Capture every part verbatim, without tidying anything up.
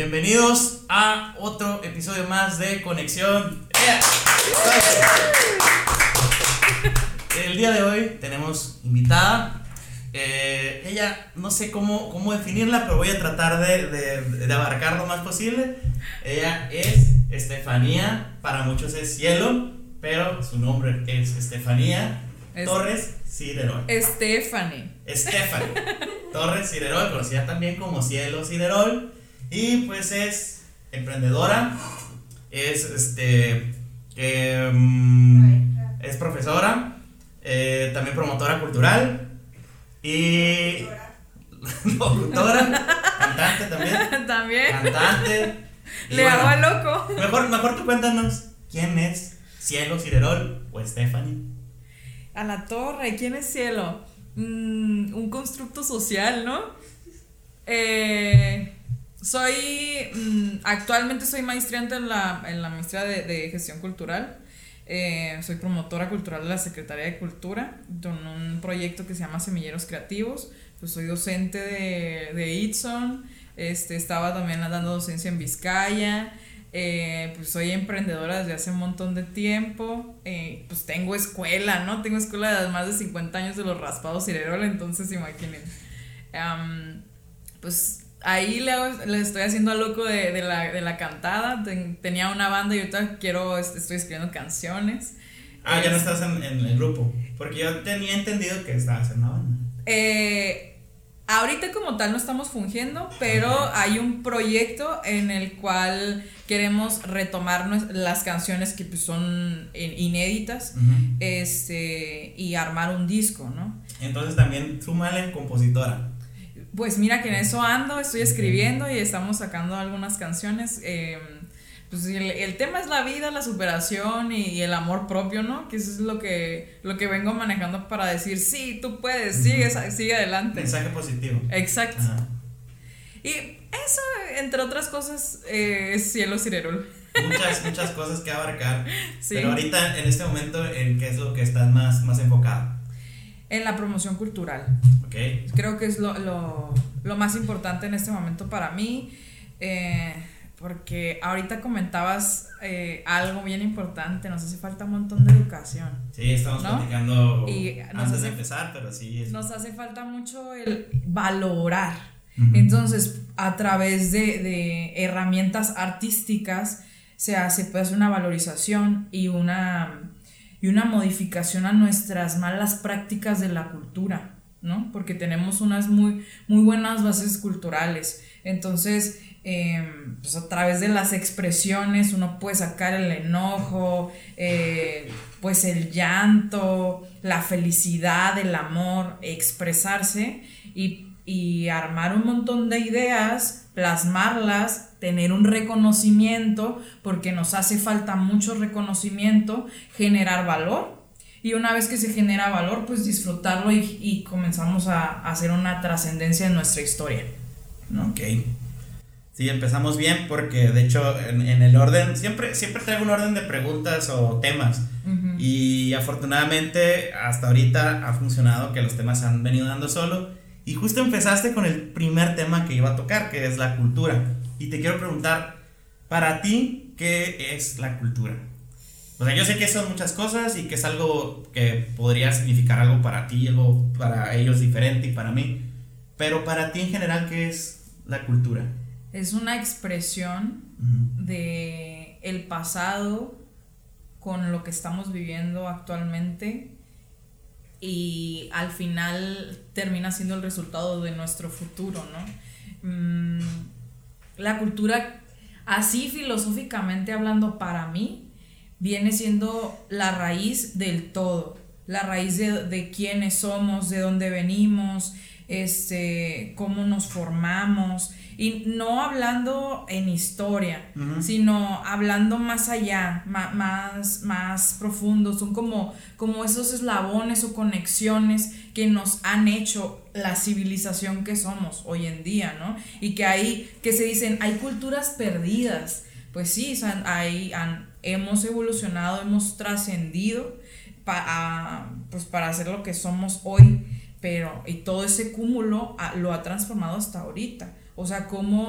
Bienvenidos a otro episodio más de Conexión. Yeah. El día de hoy tenemos invitada. Eh, ella, no sé cómo, cómo definirla, pero voy a tratar de, de, de abarcar lo más posible. Ella es Estefanía, para muchos es Cielo, pero su nombre es Estefanía es Torres Ciderol. Stephanie. Stephanie Torres Ciderol, conocida también como Cielo Ciderol. Y pues es emprendedora, es este eh, es profesora, eh, también promotora cultural y locutora, cantante también. También. Cantante. Le hago a loco. Mejor, mejor tú cuéntanos quién es Cielo Ciderol o Stephanie. A la torre, ¿quién es Cielo? Mm, un constructo social, ¿no? Eh, soy, mm, actualmente soy maestriante en la, en la maestría de, de gestión cultural. Eh, soy promotora cultural de la Secretaría de Cultura, con un proyecto que se llama Semilleros Creativos. Pues soy docente de, de Itson, este, estaba también dando docencia en Vizcaya. Eh, pues soy emprendedora desde hace un montón de tiempo. Eh, pues tengo escuela, ¿no? Tengo escuela de más de cincuenta años de los raspados Ciderol, entonces imaginen. Um, pues ahí le, hago, le estoy haciendo al loco de, de, la, de la cantada. Ten, tenía una banda y ahorita quiero, estoy escribiendo canciones. Ah, es, ya no estás en, en el grupo, porque yo tenía entendido que estabas en una banda. Eh... Ahorita como tal no estamos fungiendo, pero hay un proyecto en el cual queremos retomar las canciones que pues son inéditas, uh-huh. este, y armar un disco, ¿no? Entonces también súmale compositora. Pues mira que en eso ando, estoy escribiendo okay. y estamos sacando algunas canciones. Eh, pues el, el tema es la vida, la superación y, y el amor propio, ¿no? Que eso es lo que, lo que vengo manejando para decir, sí, tú puedes, uh-huh. sigue, sigue adelante. Mensaje positivo. Exacto. Ajá. Y eso, entre otras cosas, eh, es Cielo Ciderol. Muchas, muchas cosas que abarcar. Sí. Pero ahorita, en este momento, ¿en qué es lo que estás más, más enfocado? En la promoción cultural. Okay. Creo que es lo, lo, lo más importante en este momento para mí. Eh, porque ahorita comentabas eh, algo bien importante. Nos hace falta un montón de educación. Sí, estamos ¿no? platicando y antes nos hace, de empezar, pero sí. Es... Nos hace falta mucho el valorar. Uh-huh. Entonces, a través de, de herramientas artísticas se hace pues una valorización y una, y una modificación a nuestras malas prácticas de la cultura, ¿no? Porque tenemos unas muy, muy buenas bases culturales. Entonces, eh, pues a través de las expresiones uno puede sacar el enojo, eh, pues el llanto, la felicidad, el amor, expresarse y y armar un montón de ideas, plasmarlas, tener un reconocimiento, porque nos hace falta mucho reconocimiento, generar valor, y una vez que se genera valor, pues disfrutarlo y, y comenzamos a, a hacer una trascendencia en nuestra historia, ¿no? Ok. Sí, empezamos bien porque de hecho en, en el orden, siempre, siempre traigo un orden de preguntas o temas, uh-huh. y afortunadamente hasta ahorita ha funcionado que los temas se han venido dando solo. Y justo empezaste con el primer tema que iba a tocar, que es la cultura. Y te quiero preguntar, para ti, ¿qué es la cultura? O sea, yo sé que son muchas cosas y que es algo que podría significar algo para ti, algo para ellos diferente y para mí. Pero para ti en general, ¿qué es la cultura? Es una expresión uh-huh. de el pasado con lo que estamos viviendo actualmente. Y al final termina siendo el resultado de nuestro futuro, ¿no? Mm, la cultura, así filosóficamente hablando, para mí, viene siendo la raíz del todo, la raíz de, de quiénes somos, de dónde venimos, este, cómo nos formamos, y no hablando en historia, uh-huh. sino hablando más allá, ma- más, más profundo. Son como, como esos eslabones o conexiones que nos han hecho la civilización que somos hoy en día, ¿no? Y que hay, que se dicen, hay culturas perdidas. Pues sí, o sea, hay, han, hemos evolucionado, hemos trascendido pa, a, pues para hacer lo que somos hoy, pero y todo ese cúmulo a, lo ha transformado hasta ahorita. O sea, cómo,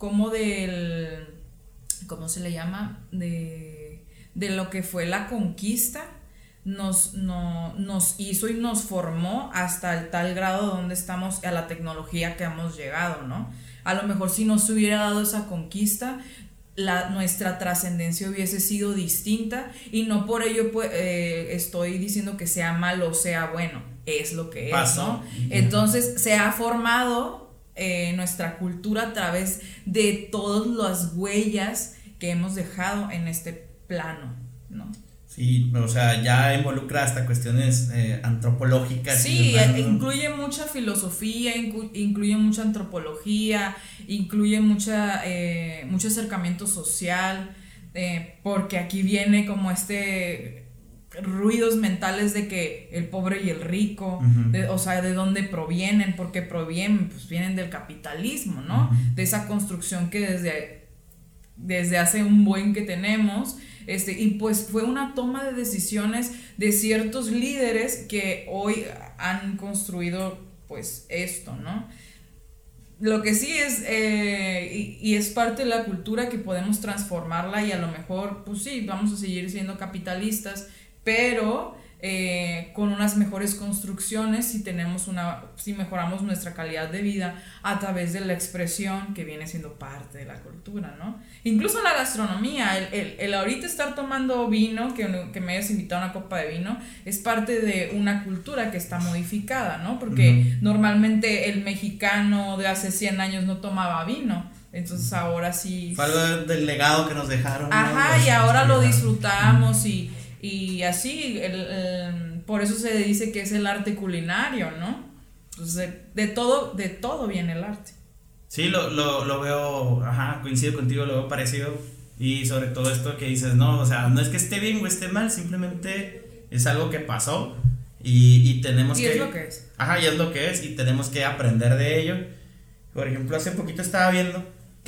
como del, ¿cómo se le llama? De, de lo que fue la conquista, nos, no, nos hizo y nos formó hasta el tal grado donde estamos, a la tecnología que hemos llegado, ¿no? A lo mejor si no se hubiera dado esa conquista, la, nuestra trascendencia hubiese sido distinta, y no por ello pues, eh, estoy diciendo que sea malo o sea bueno, es lo que es, ¿no? Entonces se ha formado eh, nuestra cultura a través de todas las huellas que hemos dejado en este plano, ¿no? Sí, o sea, ya involucra hasta cuestiones eh, antropológicas. Sí, demás, ¿no? Incluye mucha filosofía, inclu- incluye mucha antropología, incluye mucha, eh, mucho acercamiento social, eh, porque aquí viene como este ruidos mentales de que el pobre y el rico, uh-huh. de, o sea, de dónde provienen, porque provienen, pues vienen del capitalismo, ¿no? Uh-huh. De esa construcción que desde, desde hace un buen que tenemos. Este, y pues fue una toma de decisiones de ciertos líderes que hoy han construido pues esto, ¿no? Lo que sí es, eh, y, y es parte de la cultura que podemos transformarla, y a lo mejor, pues sí, vamos a seguir siendo capitalistas, pero eh, con unas mejores construcciones, si tenemos una, si mejoramos nuestra calidad de vida a través de la expresión que viene siendo parte de la cultura, ¿no? Incluso la gastronomía, el, el, el ahorita estar tomando vino, que, que me hayas invitado a una copa de vino, es parte de una cultura que está modificada, ¿no? Porque uh-huh. normalmente el mexicano de hace cien años no tomaba vino. Entonces ahora sí. Fue algo del legado que nos dejaron. Ajá, ¿no? Y ahora lo disfrutamos y, y así, el, el, por eso se dice que es el arte culinario, ¿no? Pues de, de todo, de todo viene el arte. Sí, lo, lo, lo veo, ajá, coincido contigo, lo veo parecido. Y sobre todo esto que dices, no, o sea, no es que esté bien o esté mal, simplemente es algo que pasó y, y tenemos y que. Y es lo que es. Ajá, y es lo que es, y tenemos que aprender de ello. Por ejemplo, hace poquito estaba viendo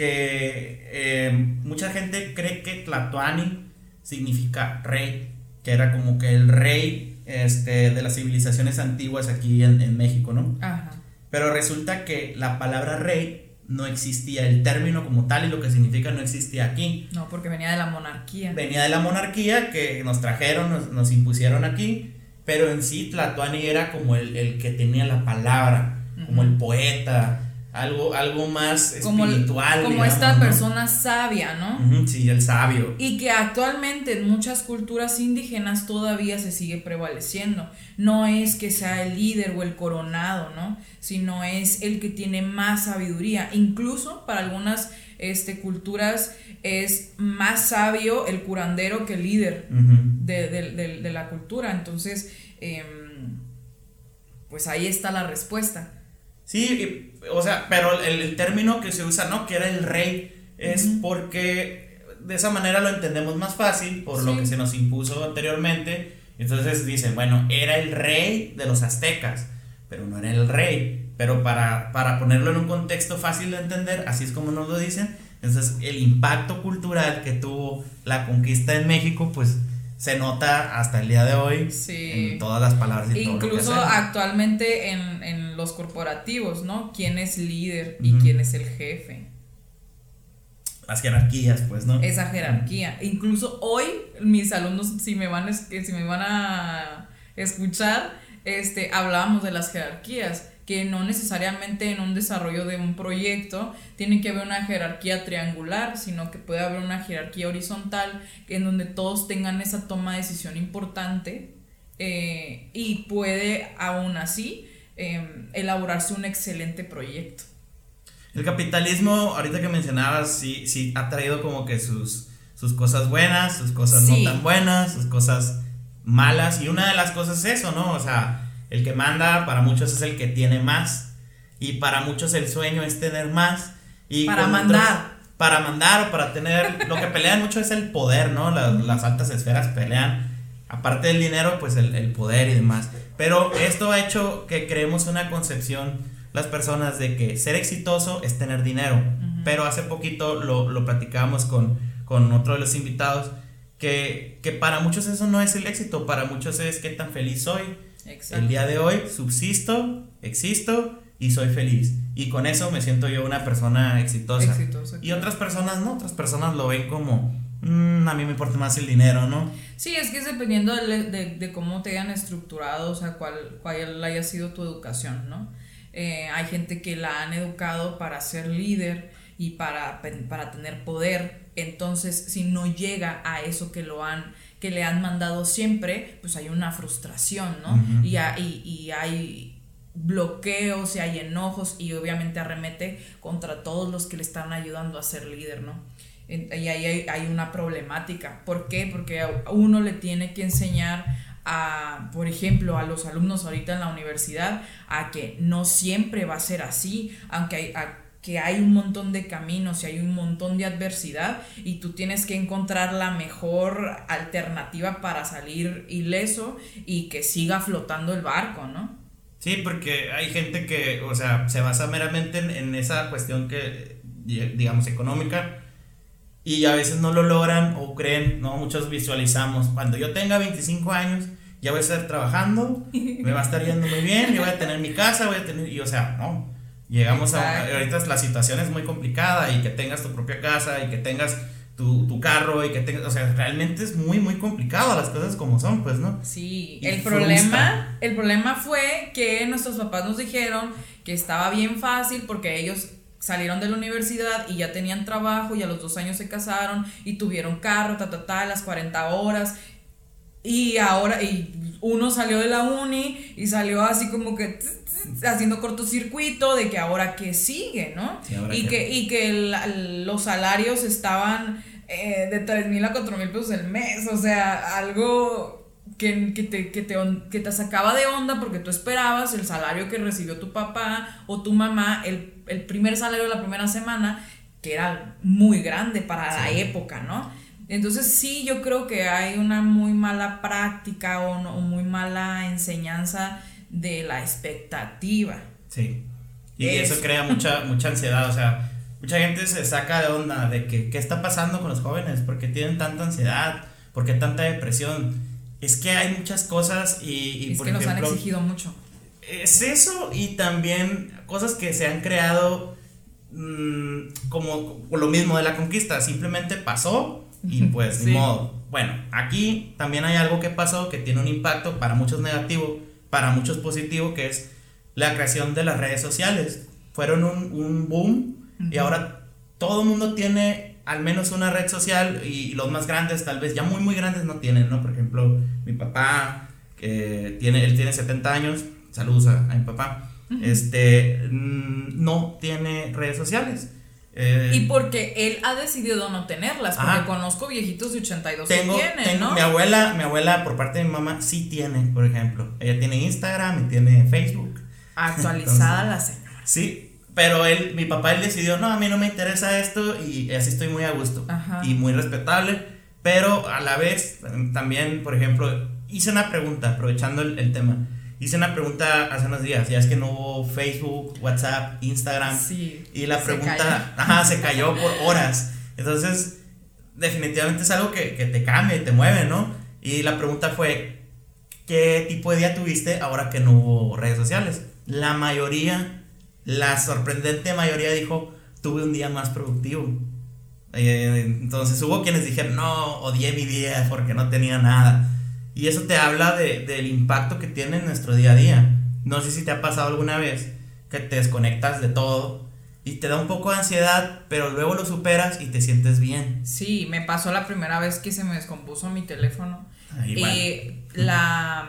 que eh, mucha gente cree que Tlatoani significa rey, que era como que el rey este, de las civilizaciones antiguas aquí en, en México, ¿no? Ajá. Pero resulta que la palabra rey no existía, el término como tal y lo que significa no existía aquí. No, porque venía de la monarquía. Venía de la monarquía que nos trajeron, nos, nos impusieron aquí, pero en sí Tlatoani era como el, el que tenía la palabra, uh-huh. como el poeta, algo, algo más como espiritual. El, como digamos, esta ¿no? persona sabia, ¿no? Uh-huh, sí, el sabio. Y que actualmente en muchas culturas indígenas todavía se sigue prevaleciendo. No es que sea el líder o el coronado, ¿no? Sino es el que tiene más sabiduría. Incluso para algunas este, culturas es más sabio el curandero que el líder uh-huh. de, de, de, de la cultura. Entonces, eh, pues ahí está la respuesta. Sí, o sea, pero el, el término que se usa, ¿no? Que era el rey, es uh-huh. porque de esa manera lo entendemos más fácil por sí. lo que se nos impuso anteriormente. Entonces dicen, bueno, era el rey de los aztecas, pero no era el rey. Pero para, para ponerlo en un contexto fácil de entender, así es como nos lo dicen. Entonces el impacto cultural que tuvo la conquista en México, pues se nota hasta el día de hoy sí. en todas las palabras y incluso todo lo que actualmente en, en los corporativos, ¿no? ¿Quién es líder y uh-huh. quién es el jefe? Las jerarquías, pues, ¿no? Esa jerarquía. Uh-huh. Incluso hoy mis alumnos, si me van a, si me van a escuchar, este, hablábamos de las jerarquías, que no necesariamente en un desarrollo de un proyecto tiene que haber una jerarquía triangular, sino que puede haber una jerarquía horizontal en donde todos tengan esa toma de decisión importante eh, y puede aún así eh, elaborarse un excelente proyecto. El capitalismo, ahorita que mencionabas, sí, sí ha traído como que sus, sus cosas buenas, sus cosas sí. no tan buenas, sus cosas malas, y una de las cosas es eso, ¿no? O sea, el que manda para muchos es el que tiene más, y para muchos el sueño es tener más. Y para mandar. Otros, para mandar o para tener, lo que pelean mucho es el poder, ¿no? Las, las altas esferas pelean, aparte del dinero, pues el, el poder y demás. Pero esto ha hecho que creemos una concepción, las personas, de que ser exitoso es tener dinero. Uh-huh. Pero hace poquito lo, lo platicábamos con, con otro de los invitados, que, que para muchos eso no es el éxito, para muchos es qué tan feliz soy. Exacto. El día de hoy subsisto, existo y soy feliz. Y con eso me siento yo una persona exitosa. Exitosa, y otras personas no, otras personas lo ven como, mmm, a mí me importa más el dinero, ¿no? Sí, es que es dependiendo de, de, de cómo te hayan estructurado, o sea, cuál, cuál haya sido tu educación, ¿no? Eh, hay gente que la han educado para ser líder y para, para tener poder, entonces si no llega a eso que lo han que le han mandado siempre, pues hay una frustración, ¿no? Uh-huh. y, hay, y hay bloqueos y hay enojos y obviamente arremete contra todos los que le están ayudando a ser líder, ¿no? Y ahí hay, hay una problemática. ¿Por qué? Porque a uno le tiene que enseñar a, por ejemplo, a los alumnos ahorita en la universidad a que no siempre va a ser así, aunque hay, a, que hay un montón de caminos y hay un montón de adversidad y tú tienes que encontrar la mejor alternativa para salir ileso y que siga flotando el barco, ¿no? Sí, porque hay gente que, o sea, se basa meramente en, en esa cuestión que, digamos, económica, y a veces no lo logran o creen, ¿no? Muchos visualizamos, cuando yo tenga veinticinco años, ya voy a estar trabajando, me va a estar yendo muy bien, yo voy a tener mi casa, voy a tener, y o sea, no, llegamos Exacto. a, ahorita la situación es muy complicada, y que tengas tu propia casa, y que tengas tu, tu carro, y que tengas, o sea, realmente es muy, muy complicado las cosas como son, pues, ¿no? Sí, y el problema, el problema fue que nuestros papás nos dijeron que estaba bien fácil porque ellos salieron de la universidad y ya tenían trabajo y a los dos años se casaron y tuvieron carro, ta, ta, ta, las cuarenta horas y ahora y uno salió de la uni y salió así como que tss, tss, haciendo cortocircuito de que ahora que sigue, ¿no? Y, y que, y que el, los salarios estaban eh, de tres mil a cuatro mil pesos el mes, o sea, algo que, que, te, que, te, que te sacaba de onda porque tú esperabas el salario que recibió tu papá o tu mamá, el el primer salario de la primera semana, que era muy grande para sí. la época, ¿no? Entonces sí, yo creo que hay una muy mala práctica o, no, o muy mala enseñanza de la expectativa. Sí, y eso, eso crea mucha, mucha ansiedad, o sea, mucha gente se saca de onda de que qué está pasando con los jóvenes, por qué tienen tanta ansiedad, por qué tanta depresión. Es que hay muchas cosas y, y es por que ejemplo, nos han exigido mucho. Es eso, y también cosas que se han creado mmm, como lo mismo de la conquista, simplemente pasó y pues sí. ni modo. Bueno, aquí también hay algo que pasó que tiene un impacto para muchos negativo, para muchos positivo, que es la creación de las redes sociales. Fueron un, un boom uh-huh. y ahora todo el mundo tiene al menos una red social, y los más grandes tal vez ya muy muy grandes no tienen, ¿no? Por ejemplo, mi papá, que tiene, él tiene setenta años, saludos a, a mi papá, uh-huh. este, no tiene redes sociales. Eh, y porque él ha decidido no tenerlas, porque ajá. conozco viejitos de ochenta y dos tengo, que tienen, tengo, ¿no? Mi abuela, mi abuela por parte de mi mamá sí tiene, por ejemplo, ella tiene Instagram y tiene Facebook. Actualizada la señora. Sí, pero él, mi papá, él decidió, no, a mí no me interesa esto y así estoy muy a gusto. Ajá. Y muy respetable, pero a la vez también, por ejemplo, hice una pregunta, aprovechando el, el tema. Hice una pregunta hace unos días, ya es que no hubo Facebook, WhatsApp, Instagram. Sí, y la pregunta, ajá, se cayó por horas. Entonces, definitivamente es algo que, que te cambia y te mueve, ¿no? Y la pregunta fue, ¿qué tipo de día tuviste ahora que no hubo redes sociales? La mayoría, la sorprendente mayoría dijo, tuve un día más productivo. Eh, entonces hubo quienes dijeron, no, odié mi día porque no tenía nada. Y eso te habla de, del impacto que tiene en nuestro día a día. No sé si te ha pasado alguna vez que te desconectas de todo y te da un poco de ansiedad, pero luego lo superas y te sientes bien. Sí, me pasó la primera vez que se me descompuso mi teléfono. Y eh, la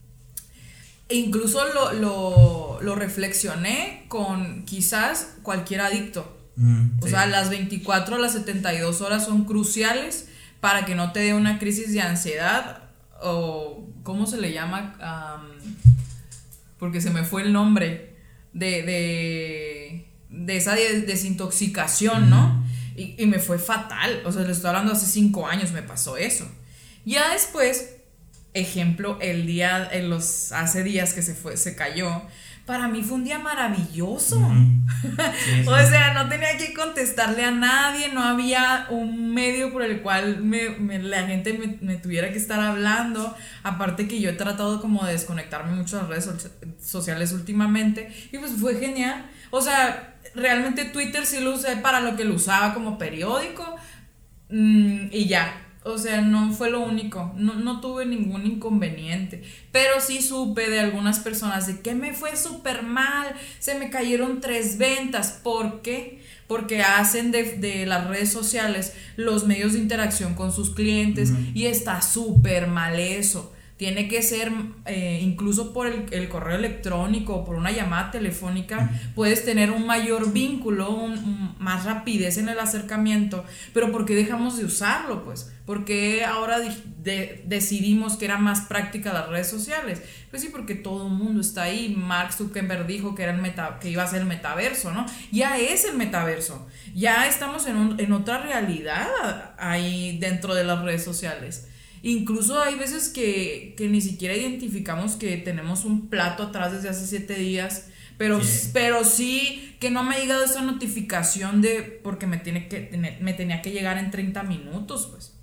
incluso lo, lo, lo reflexioné con quizás cualquier adicto. Mm, o sí. sea, las veinticuatro a las setenta y dos horas son cruciales para que no te dé una crisis de ansiedad. O ¿cómo se le llama? Um, porque se me fue el nombre de, de, de esa desintoxicación, ¿no? Y, y me fue fatal. O sea, le estoy hablando hace cinco años me pasó eso. Ya después, ejemplo, el día, en los, hace días que se fue, se cayó, para mí fue un día maravilloso. Uh-huh. Sí, sí. O sea, no tenía que contestarle a nadie, no había un medio por el cual me, me, la gente me, me tuviera que estar hablando. Aparte que yo he tratado como de desconectarme mucho de las redes so- sociales últimamente, y pues fue genial. O sea, realmente Twitter sí lo usé para lo que lo usaba, como periódico, mmm, y ya. O sea, no fue lo único, no, no tuve ningún inconveniente, pero sí supe de algunas personas de que me fue súper mal, se me cayeron tres ventas. ¿Por qué? Porque hacen de, de las redes sociales los medios de interacción con sus clientes, uh-huh. y está súper mal eso. Tiene que ser, eh, incluso por el, el correo electrónico o por una llamada telefónica, uh-huh. puedes tener un mayor vínculo, un, un, más rapidez en el acercamiento. Pero ¿por qué dejamos de usarlo? Pues, ¿por qué ahora de, de, decidimos que era más práctica las redes sociales? Pues sí, porque todo el mundo está ahí. Mark Zuckerberg dijo que, era el meta, que iba a ser el metaverso, ¿no? Ya es el metaverso. Ya estamos en, un, en otra realidad ahí dentro de las redes sociales. Incluso hay veces que, que ni siquiera identificamos que tenemos un plato atrás desde hace siete días, pero sí. pero sí que no me ha llegado esa notificación de porque me, tiene que, me tenía que llegar en treinta minutos, pues.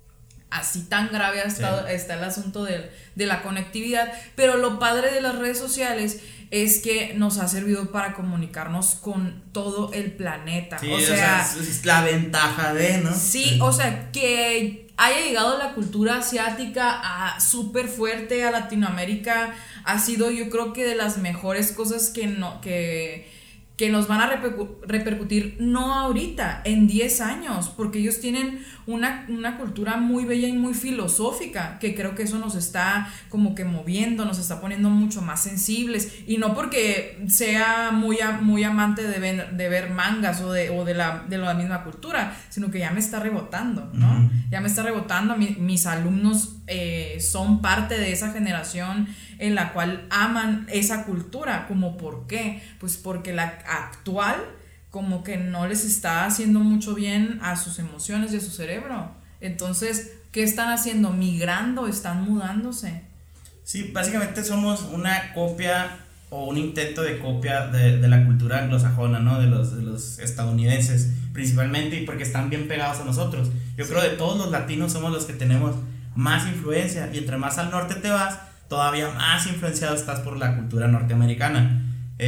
Así tan grave ha estado, sí. está el asunto de, de la conectividad. Pero lo padre de las redes sociales es que nos ha servido para comunicarnos con todo el planeta. Sí, o sea, o sea es, es la ventaja de, ¿no? Sí, o sea, que haya llegado la cultura asiática a súper fuerte a Latinoamérica ha sido, yo creo que de las mejores cosas que no que que nos van a repercu- repercutir no ahorita, en diez años, porque ellos tienen una, una cultura muy bella y muy filosófica, que creo que eso nos está como que moviendo, nos está poniendo mucho más sensibles, y no porque sea muy, a, muy amante de ver, de ver mangas o, de, o de, la, de la misma cultura, sino que ya me está rebotando, ¿no? Uh-huh. Ya me está rebotando, mi, mis alumnos eh, son parte de esa generación en la cual aman esa cultura. ¿Como por qué? Pues porque la actual como que no les está haciendo mucho bien a sus emociones y a su cerebro. Entonces, ¿qué están haciendo? Migrando, están mudándose. Sí, básicamente somos una copia o un intento de copia de, de la cultura anglosajona, ¿no? De los, de los estadounidenses principalmente, y porque están bien pegados a nosotros. Yo sí. creo que de todos los latinos somos los que tenemos más influencia, y entre más al norte te vas, todavía más influenciado estás por la cultura norteamericana.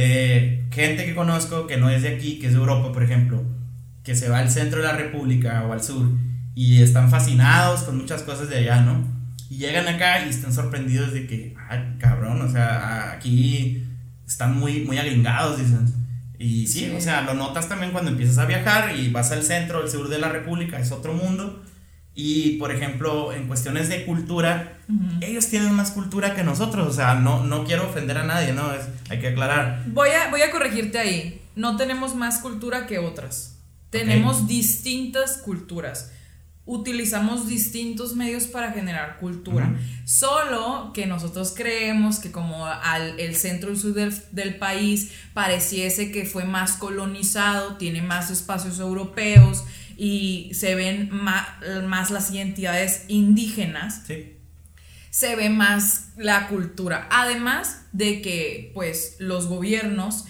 Eh, gente que conozco que no es de aquí, que es de Europa, por ejemplo, que se va al centro de la república o al sur y están fascinados con muchas cosas de allá, ¿no? Y llegan acá y están sorprendidos de que, ay, cabrón, o sea, aquí están muy, muy agringados, dicen. Y sí, sí, o sea, lo notas también cuando empiezas a viajar y vas al centro, al sur de la república, es otro mundo. Y por ejemplo, en cuestiones de cultura, uh-huh. ellos tienen más cultura que nosotros. O sea, no, no quiero ofender a nadie, ¿no? Es, hay que aclarar. Voy a, voy a corregirte ahí. No tenemos más cultura que otras. Tenemos okay. distintas culturas. Utilizamos distintos medios para generar cultura. Uh-huh. Solo que nosotros creemos que como al, el centro y sur del, del país pareciese que fue más colonizado, tiene más espacios europeos y se ven más, más las identidades indígenas, sí. se ve más la cultura. Además de que pues los gobiernos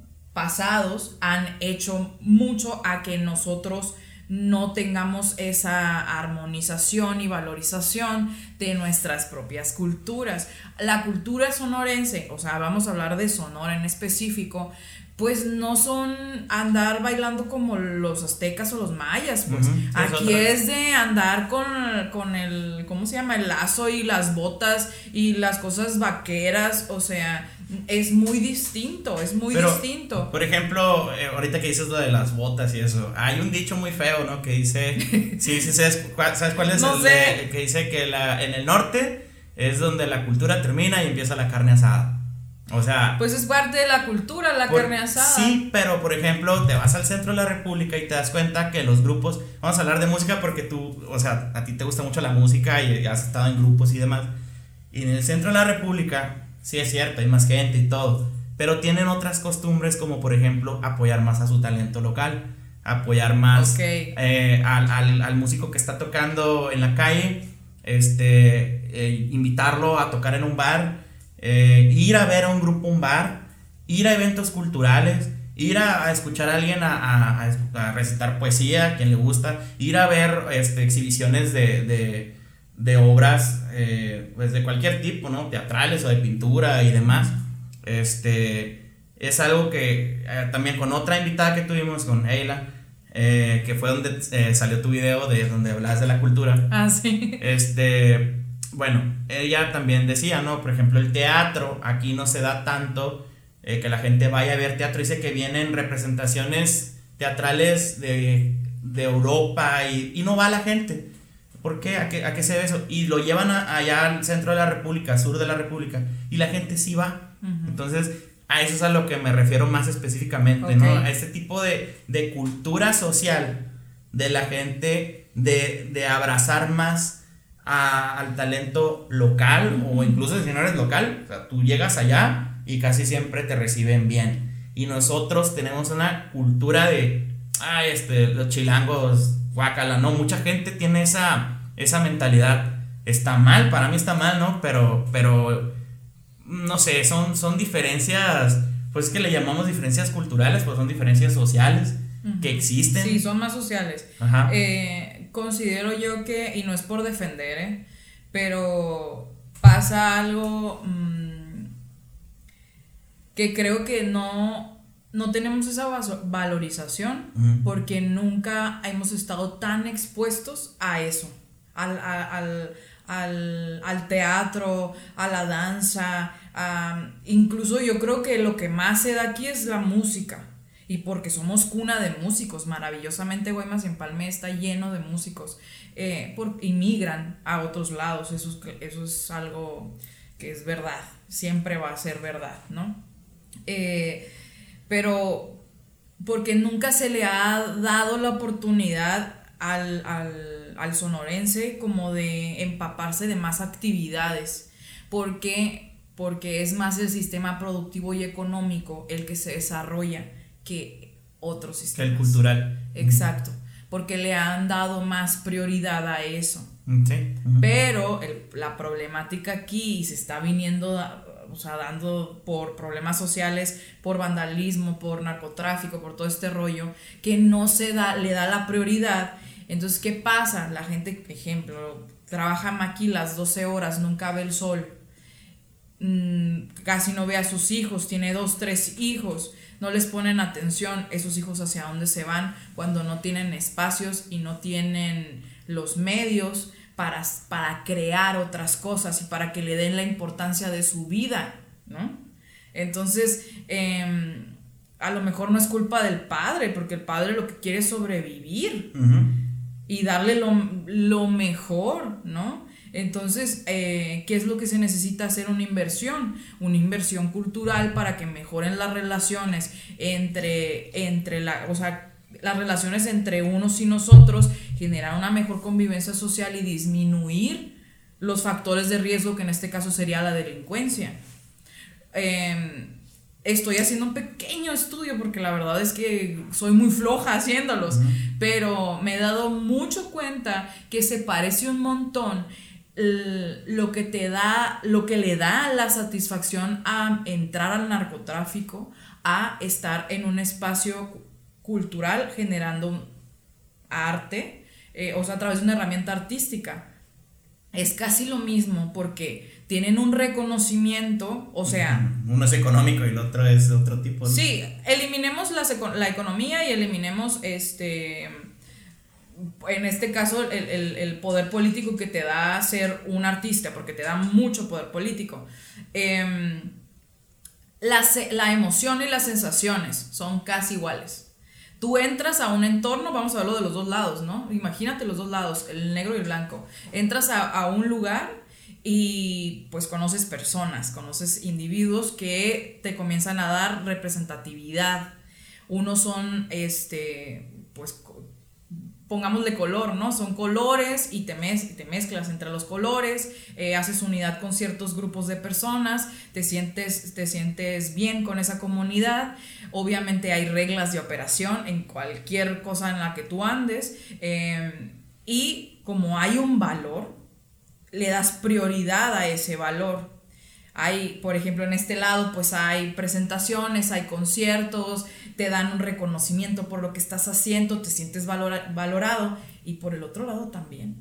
pasados han hecho mucho a que nosotros no tengamos esa armonización y valorización de nuestras propias culturas. La cultura sonorense, o sea, vamos a hablar de Sonora en específico, pues no son andar bailando como los aztecas o los mayas, pues. Uh-huh. Sí, aquí es, es de andar con, con el, ¿cómo se llama? El lazo y las botas y las cosas vaqueras, o sea, es muy distinto, es muy Pero, distinto. Por ejemplo, eh, ahorita que dices lo de las botas y eso, hay un dicho muy feo, ¿no? Que dice, sí, sí, ¿sabes cuál, ¿sabes cuál es? No el sé. de, que dice que la, en el norte es donde la cultura termina y empieza la carne asada. O sea, pues es parte de la cultura, la por, carne asada. Sí, pero por ejemplo, te vas al centro de la república y te das cuenta que los grupos, vamos a hablar de música porque tú, o sea, a ti te gusta mucho la música y has estado en grupos y demás. Y en el centro de la república, sí es cierto, hay más gente y todo, pero tienen otras costumbres como por ejemplo apoyar más a su talento local, apoyar más okay. eh, al, al, al músico que está tocando en la calle, este, eh, invitarlo a tocar en un bar. Eh, ir a ver a un grupo, un bar, ir a eventos culturales, ir a, a escuchar a alguien a, a, a recitar poesía, a quien le gusta, ir a ver este, exhibiciones de, de, de obras eh, pues de cualquier tipo, ¿no? Teatrales o de pintura y demás. Este, es algo que eh, también con otra invitada que tuvimos, con Eila, eh, que fue donde eh, salió tu video de donde hablas de la cultura. Ah, sí. Este, bueno, ella también decía, ¿no? Por ejemplo, el teatro aquí no se da tanto eh, que la gente vaya a ver teatro. Dice que vienen representaciones teatrales de, de Europa y, y no va la gente. ¿Por qué? ¿A qué, a qué se ve eso? Y lo llevan a, allá al centro de la República, sur de la República, y la gente sí va. Uh-huh. Entonces, a eso es a lo que me refiero más específicamente, okay. ¿no? A este tipo de, de cultura social de la gente, de, de abrazar más a, al talento local, uh-huh. o incluso si no eres local, o sea, tú llegas allá y casi siempre te reciben bien. Y nosotros tenemos una cultura de, ah, este, los chilangos, guácala, ¿no? Mucha gente tiene esa, esa mentalidad. Está mal, para mí está mal, ¿no? Pero, pero no sé, son, son diferencias, pues que le llamamos diferencias culturales, pues son diferencias sociales uh-huh. que existen. Sí, son más sociales. Ajá. Eh, considero yo que, y no es por defender, ¿eh? Pero pasa algo mmm, que creo que no, no tenemos esa valorización uh-huh. porque nunca hemos estado tan expuestos a eso, al... al Al, al teatro, a la danza, a, incluso yo creo que lo que más se da aquí es la música, y porque somos cuna de músicos, maravillosamente Guaymas y Empalme está lleno de músicos, eh, por, inmigran a otros lados, eso, eso es algo que es verdad, siempre va a ser verdad, ¿no? Eh, pero porque nunca se le ha dado la oportunidad al, al, al sonorense como de empaparse de más actividades, porque, porque es más el sistema productivo y económico el que se desarrolla que otros sistemas. Que el cultural. Exacto, porque le han dado más prioridad a eso. Sí. Pero el, la problemática aquí se está viniendo, o sea, dando por problemas sociales, por vandalismo, por narcotráfico, por todo este rollo, que no se da, le da la prioridad. Entonces, ¿qué pasa? La gente, ejemplo, trabaja maquilas doce horas, nunca ve el sol, mmm, casi no ve a sus hijos, tiene dos, tres hijos, no les ponen atención, esos hijos hacia dónde se van cuando no tienen espacios y no tienen los medios para, para crear otras cosas y para que le den la importancia de su vida, ¿no? Entonces, eh, a lo mejor no es culpa del padre, porque el padre lo que quiere es sobrevivir. Uh-huh. Y darle lo, lo mejor, ¿no? Entonces, eh, ¿qué es lo que se necesita hacer? Una inversión, una inversión cultural para que mejoren las relaciones entre, entre la, o sea, las relaciones entre unos y nosotros, generar una mejor convivencia social y disminuir los factores de riesgo, que en este caso sería la delincuencia. Eh, Estoy haciendo un pequeño estudio porque la verdad es que soy muy floja haciéndolos, uh-huh. pero me he dado mucho cuenta que se parece un montón l- lo que te da, lo que le da la satisfacción a entrar al narcotráfico, a estar en un espacio cultural generando arte, eh, o sea, a través de una herramienta artística. Es casi lo mismo porque tienen un reconocimiento, o sea... Uno es económico y el otro es otro tipo, ¿no? Sí, eliminemos la, la economía y eliminemos, este en este caso, el, el, el poder político que te da ser un artista, porque te da mucho poder político. Eh, la, la emoción y las sensaciones son casi iguales. Tú entras a un entorno, vamos a verlo de los dos lados, ¿no? Imagínate los dos lados, el negro y el blanco. Entras a, a un lugar y pues conoces personas, conoces individuos que te comienzan a dar representatividad. Unos son, este, pues, pongámosle color, ¿no? Son colores y te, mez- te mezclas entre los colores, eh, haces unidad con ciertos grupos de personas, te sientes, te sientes bien con esa comunidad. Obviamente hay reglas de operación en cualquier cosa en la que tú andes, eh, y como hay un valor, le das prioridad a ese valor. Hay, por ejemplo, en este lado, pues hay presentaciones, hay conciertos, te dan un reconocimiento por lo que estás haciendo, te sientes valora- valorado, y por el otro lado también.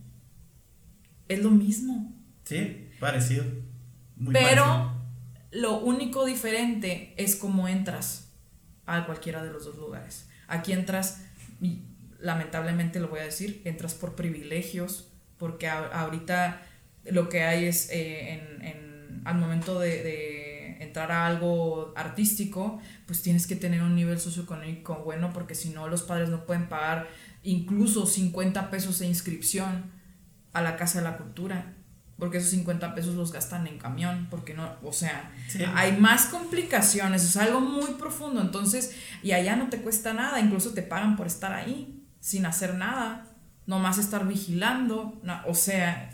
Es lo mismo. Sí, parecido. Muy Pero parecido. Lo único diferente es cómo entras a cualquiera de los dos lugares. Aquí entras, y lamentablemente lo voy a decir, entras por privilegios, porque a, ahorita lo que hay es eh, en, en al momento de, de entrar a algo artístico, pues tienes que tener un nivel socioeconómico bueno, porque si no los padres no pueden pagar incluso cincuenta pesos de inscripción a la Casa de la Cultura, porque esos cincuenta pesos los gastan en camión, porque no, o sea, sí. Hay más complicaciones, es algo muy profundo, entonces, y allá no te cuesta nada, incluso te pagan por estar ahí, sin hacer nada, nomás estar vigilando, no, o sea,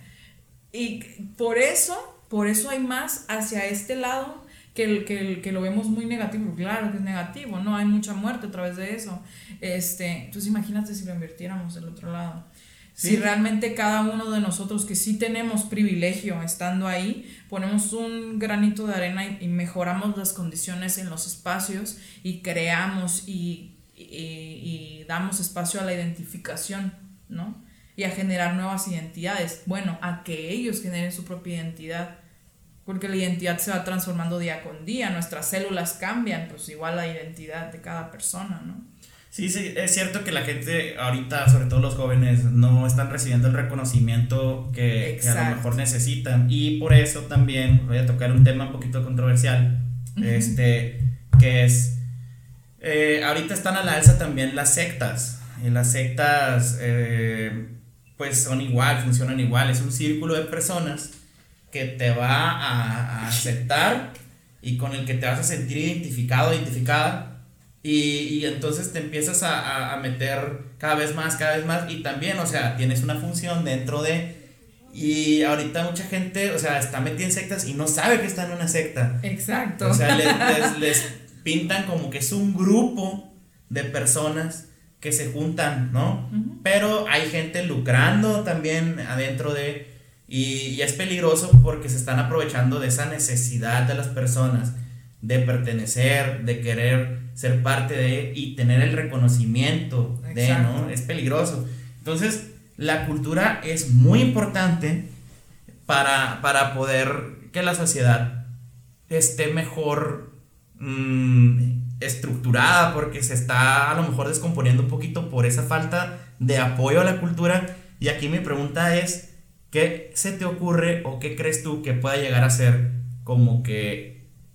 y por eso, por eso hay más hacia este lado, que, el, que, el, que lo vemos muy negativo, claro que es negativo, no, hay mucha muerte a través de eso, este, entonces imagínate si lo invirtiéramos del otro lado. Sí. Si realmente cada uno de nosotros que sí tenemos privilegio estando ahí, ponemos un granito de arena y, y mejoramos las condiciones en los espacios y creamos y, y, y damos espacio a la identificación, ¿no? Y a generar nuevas identidades, bueno, a que ellos generen su propia identidad, porque la identidad se va transformando día con día, nuestras células cambian, pues igual la identidad de cada persona, ¿no? Sí, sí, es cierto que la gente ahorita, sobre todo los jóvenes, no están recibiendo el reconocimiento que, que a lo mejor necesitan, y por eso también voy a tocar un tema un poquito controversial, uh-huh. este, que es, eh, ahorita están a la alza también las sectas, y las sectas eh, pues son igual, funcionan igual, es un círculo de personas que te va a, a aceptar y con el que te vas a sentir identificado, identificada. Y, y entonces te empiezas a, a, a meter cada vez más, cada vez más, y también, o sea, tienes una función dentro de, y ahorita mucha gente, o sea, está metida en sectas y no sabe que está en una secta. Exacto. O sea, les, les, les pintan como que es un grupo de personas que se juntan, ¿no? Uh-huh. Pero hay gente lucrando también adentro de, y, y es peligroso porque se están aprovechando de esa necesidad de las personas de pertenecer, de querer ser parte de y tener el reconocimiento. Exacto. De, ¿no? Es peligroso. Entonces, la cultura es muy importante para, para poder que la sociedad esté mejor mmm, estructurada, porque se está a lo mejor descomponiendo un poquito por esa falta de apoyo a la cultura. Y aquí mi pregunta es, ¿qué se te ocurre o qué crees tú que pueda llegar a ser como que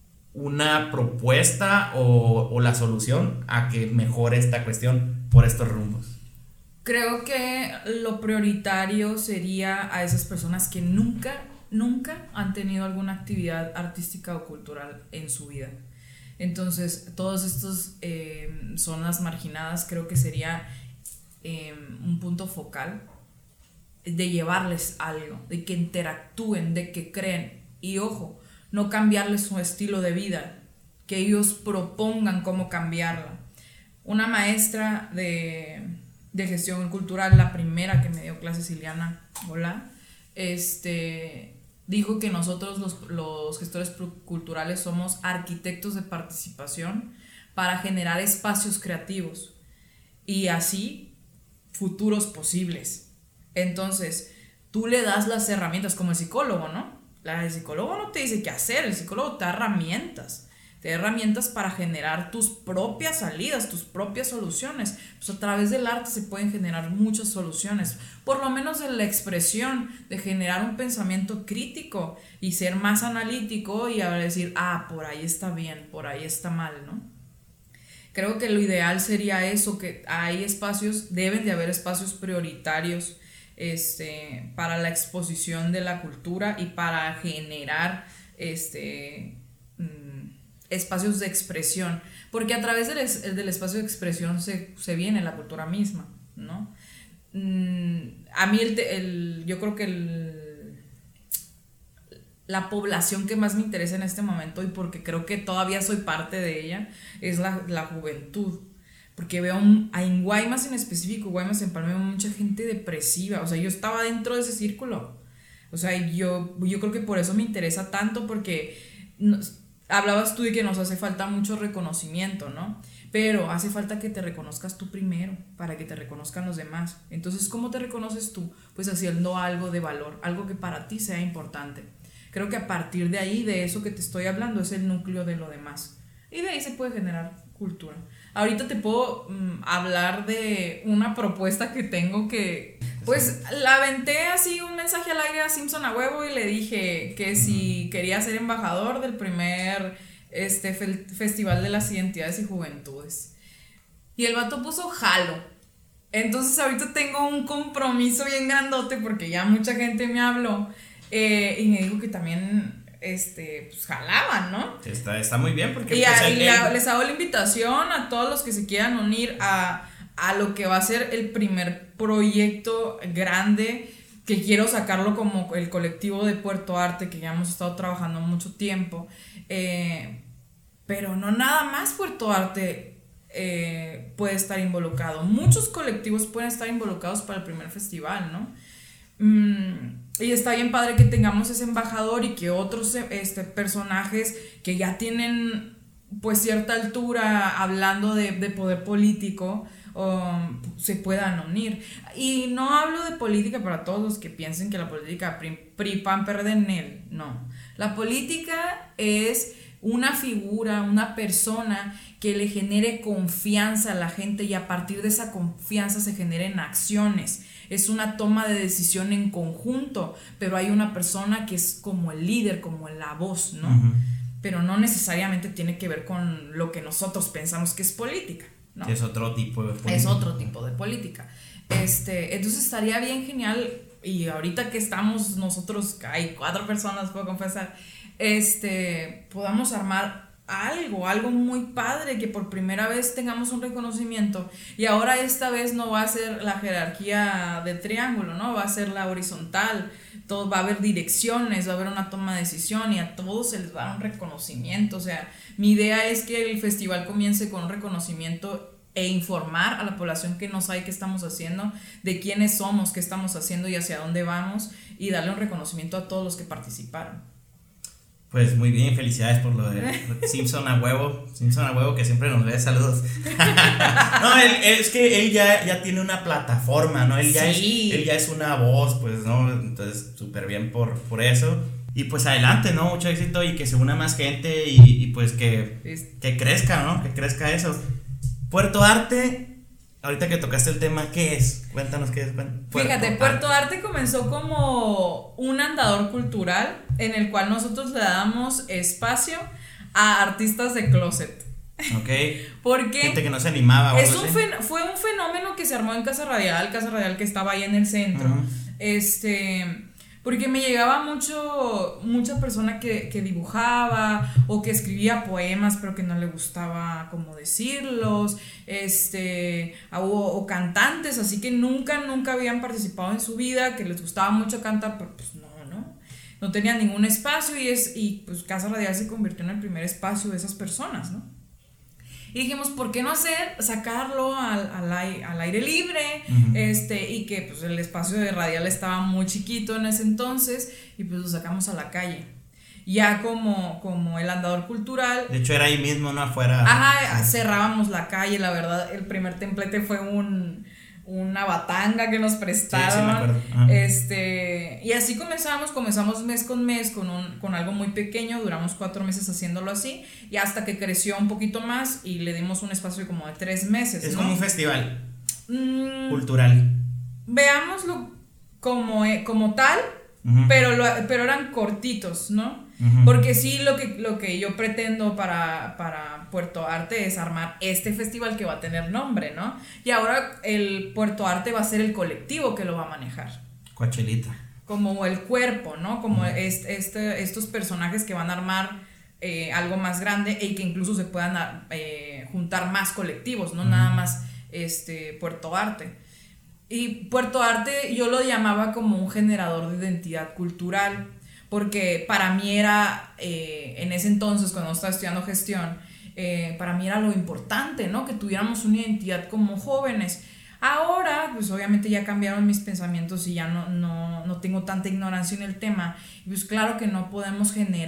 una propuesta o, o la solución a que mejore esta cuestión por estos rumbos? Creo que lo prioritario sería a esas personas que nunca, nunca han tenido alguna actividad artística o cultural en su vida. Entonces, todas estas eh, zonas marginadas creo que sería eh, un punto focal de llevarles algo, de que interactúen, de que creen. Y ojo, no cambiarles su estilo de vida, que ellos propongan cómo cambiarla. Una maestra de, de gestión cultural, la primera que me dio clases, Ileana, hola, este, dijo que nosotros los, los gestores culturales somos arquitectos de participación para generar espacios creativos y así futuros posibles. Entonces, tú le das las herramientas como el psicólogo, ¿no? El psicólogo no te dice qué hacer, el psicólogo te da herramientas, te da herramientas para generar tus propias salidas, tus propias soluciones. Pues a través del arte se pueden generar muchas soluciones, por lo menos en la expresión de generar un pensamiento crítico y ser más analítico y ahora decir, ah, por ahí está bien, por ahí está mal, ¿no? Creo que lo ideal sería eso, que hay espacios, deben de haber espacios prioritarios Este, para la exposición de la cultura y para generar este, mm, espacios de expresión, porque a través del, es, del espacio de expresión se, se viene la cultura misma, ¿no? Mm, a mí el, el, yo creo que el, la población que más me interesa en este momento, y porque creo que todavía soy parte de ella, es la, la juventud. Porque veo un, en Guaymas en específico, Guaymas en Palma, mucha gente depresiva. O sea, yo estaba dentro de ese círculo. O sea, yo, yo creo que por eso me interesa tanto, porque nos, hablabas tú de que nos hace falta mucho reconocimiento, ¿no? Pero hace falta que te reconozcas tú primero para que te reconozcan los demás. Entonces, ¿cómo te reconoces tú? Pues haciendo algo de valor, algo que para ti sea importante. Creo que a partir de ahí, de eso que te estoy hablando, es el núcleo de lo demás. Y de ahí se puede generar cultura. Ahorita te puedo um, hablar de una propuesta que tengo que... Pues la aventé así un mensaje al aire a Simpson a huevo y le dije que si quería ser embajador del primer este, fe- Festival de las Identidades y Juventudes. Y el vato puso jalo. Entonces ahorita tengo un compromiso bien grandote porque ya mucha gente me habló eh, y me dijo que también este, pues jalaban, ¿no? Está, está muy bien porque... Y, pues, a, el, y la, el... les hago la invitación a todos los que se quieran unir a, a lo que va a ser el primer proyecto grande que quiero sacarlo como el colectivo de Puerto Arte, que ya hemos estado trabajando mucho tiempo, eh, pero no nada más Puerto Arte eh, puede estar involucrado, muchos colectivos pueden estar involucrados para el primer festival, ¿no? Mm, y está bien padre que tengamos ese embajador y que otros este, personajes que ya tienen pues cierta altura hablando de, de poder político Um, se puedan unir. Y no hablo de política para todos los que piensen que la política P R I, P A N, P R D, N E L, no. La política es una figura, una persona que le genere confianza a la gente y a partir de esa confianza se generen acciones. Es una toma de decisión en conjunto, pero hay una persona que es como el líder, como la voz, ¿no? Uh-huh. Pero no necesariamente tiene que ver con lo que nosotros pensamos que es política, ¿no? Es otro tipo de política. Es otro tipo de política. Este, entonces estaría bien genial, y ahorita que estamos nosotros, hay cuatro personas, puedo confesar, este, podamos armar algo, algo muy padre, que por primera vez tengamos un reconocimiento. Y ahora esta vez no va a ser la jerarquía de triángulo, ¿no? Va a ser la horizontal. Todo, va a haber direcciones, va a haber una toma de decisión y a todos se les va a dar un reconocimiento. O sea, mi idea es que el festival comience con un reconocimiento e informar a la población que no sabe qué estamos haciendo, de quiénes somos, qué estamos haciendo y hacia dónde vamos, y darle un reconocimiento a todos los que participaron. Pues muy bien, felicidades por lo de Simpson a huevo, Simpson a huevo que siempre nos ve, saludos. No, él, es que él ya, ya tiene una plataforma, ¿no? Él ya, sí. es, él ya es una voz, pues, ¿no? Entonces, súper bien por, por eso. Y pues adelante, ¿no? Mucho éxito y que se una más gente y, y pues que, que crezca, ¿no? Que crezca eso. Puerto Arte, ahorita que tocaste el tema, ¿qué es? Cuéntanos qué es. Puerto Fíjate, Puerto Arte. Arte comenzó como un andador cultural en el cual nosotros le damos espacio a artistas de closet. Ok. Porque gente que no se animaba. Es un fen- fue un fenómeno que se armó en Casa Radial, Casa Radial que estaba ahí en el centro. Uh-huh. Este... Porque me llegaba mucho, mucha persona que, que dibujaba o que escribía poemas pero que no le gustaba cómo decirlos, este, o, o cantantes, así que nunca, nunca habían participado en su vida, que les gustaba mucho cantar, pero pues no, no, no tenían ningún espacio y, es, y pues Casa Radial se convirtió en el primer espacio de esas personas, ¿no? Y dijimos, ¿por qué no hacer, sacarlo al, al, aire, al aire libre? Uh-huh. Este, y que pues el espacio de Radial estaba muy chiquito en ese entonces, y pues lo sacamos a la calle. Ya como, como el andador cultural. De hecho era ahí mismo, no afuera. Ajá, sí. Cerrábamos la calle, la verdad, el primer templete fue un... una batanga que nos prestaron. Sí, sí me acuerdo. Ajá. Este, y así comenzamos, comenzamos mes con mes con, un, con algo muy pequeño, duramos cuatro meses haciéndolo así, y hasta que creció un poquito más y le dimos un espacio como de tres meses. Es ¿no? como un festival mm, cultural. Veámoslo como, como tal, uh-huh. pero, lo, pero eran cortitos, ¿no? Uh-huh. Porque sí, lo que, lo que yo pretendo para, para Puerto Arte es armar este festival que va a tener nombre, ¿no? Y ahora el Puerto Arte va a ser el colectivo que lo va a manejar. Coachelita. Como el cuerpo, ¿no? Como uh-huh. este, este, estos personajes que van a armar eh, algo más grande y que incluso se puedan eh, juntar más colectivos, no uh-huh. nada más este, Puerto Arte. Y Puerto Arte yo lo llamaba como un generador de identidad cultural, porque para mí era, eh, en ese entonces cuando estaba estudiando gestión, eh, para mí era lo importante, ¿no? Que tuviéramos una identidad como jóvenes. Ahora, pues obviamente ya cambiaron mis pensamientos y ya no, no, no tengo tanta ignorancia en el tema. Y pues claro que no podemos generar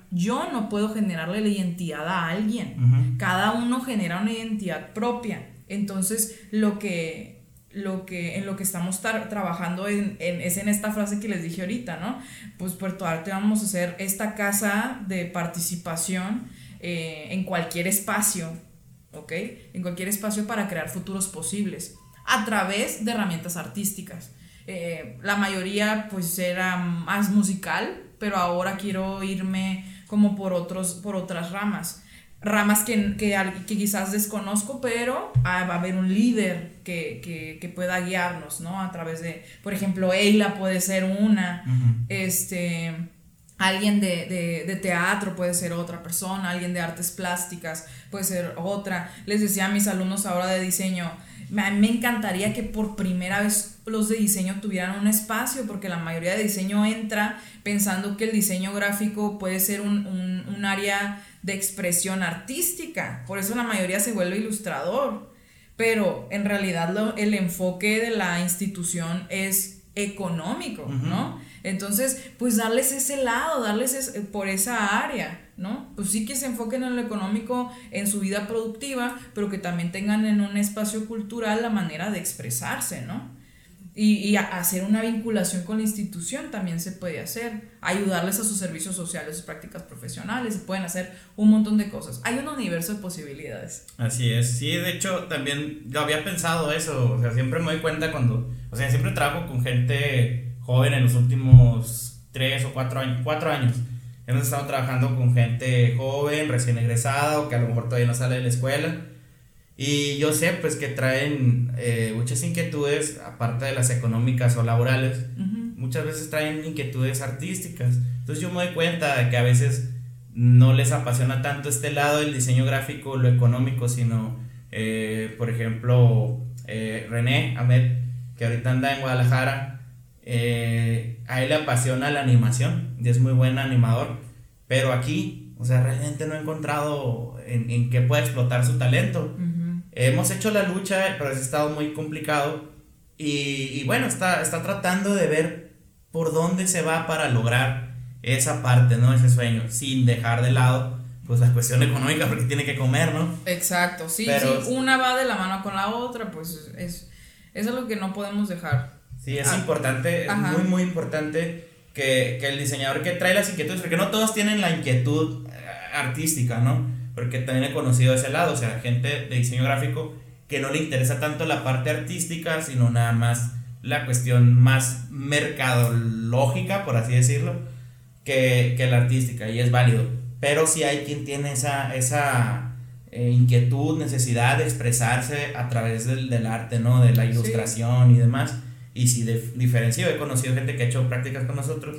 yo no puedo generarle la identidad a alguien. Uh-huh. Cada uno genera una identidad propia. Entonces, lo que, lo que, en lo que estamos tar- trabajando en, en, es en esta frase que les dije ahorita, ¿no? Pues Puerto Arte vamos a hacer esta casa de participación eh, en cualquier espacio, ¿ok? En cualquier espacio para crear futuros posibles a través de herramientas artísticas. Eh, la mayoría pues era más musical, pero ahora quiero irme como por, otros, por otras ramas. Ramas que, que, que quizás desconozco, pero ah, va a haber un líder que, que, que pueda guiarnos, ¿no? A través de, por ejemplo, Eila puede ser una, uh-huh. este, alguien de, de, de teatro puede ser otra persona, alguien de artes plásticas puede ser otra. Les decía a mis alumnos ahora de diseño, me, me encantaría que por primera vez los de diseño tuvieran un espacio, porque la mayoría de diseño entra pensando que el diseño gráfico puede ser un, un, un área de expresión artística, por eso la mayoría se vuelve ilustrador, pero en realidad lo, el enfoque de la institución es económico, uh-huh. ¿no? Entonces, pues darles ese lado, darles ese, por esa área, ¿no? Pues sí que se enfoquen en lo económico, en su vida productiva, pero que también tengan en un espacio cultural la manera de expresarse, ¿no? Y, y hacer una vinculación con la institución también se puede hacer, ayudarles a sus servicios sociales, sus prácticas profesionales, se pueden hacer un montón de cosas, hay un universo de posibilidades. Así es, sí, de hecho también yo había pensado eso, o sea, siempre me doy cuenta cuando, o sea, siempre trabajo con gente joven en los últimos tres o cuatro años, cuatro años, hemos estado trabajando con gente joven, recién egresada o que a lo mejor todavía no sale de la escuela. Y yo sé pues que traen eh, muchas inquietudes, aparte de las económicas o laborales, uh-huh. muchas veces traen inquietudes artísticas. Entonces yo me doy cuenta de que a veces no les apasiona tanto este lado del diseño gráfico, lo económico, sino, eh, por ejemplo, eh, René Ahmed, que ahorita anda en Guadalajara, eh, a él le apasiona la animación y es muy buen animador, pero aquí, o sea, realmente no he encontrado en, en qué pueda explotar su talento. Uh-huh. Hemos hecho la lucha, pero ha estado muy complicado y, y bueno, está, está tratando de ver por dónde se va para lograr esa parte, ¿no? Ese sueño, sin dejar de lado pues la cuestión económica porque tiene que comer, ¿no? Exacto, sí, pero, sí, una va de la mano con la otra, pues es, es algo que no podemos dejar. Sí, es ah, importante, ajá. es muy muy importante que, que el diseñador que trae las inquietudes, porque no todos tienen la inquietud artística, ¿no? Porque también he conocido ese lado, o sea, gente de diseño gráfico que no le interesa tanto la parte artística, sino nada más la cuestión más mercadológica, por así decirlo, que, que la artística, y es válido. Pero sí hay quien tiene esa, esa eh, inquietud, necesidad de expresarse a través del, del arte, ¿no? De la ilustración sí. y demás. Y sí, de diferencio, he conocido gente que ha hecho prácticas con nosotros,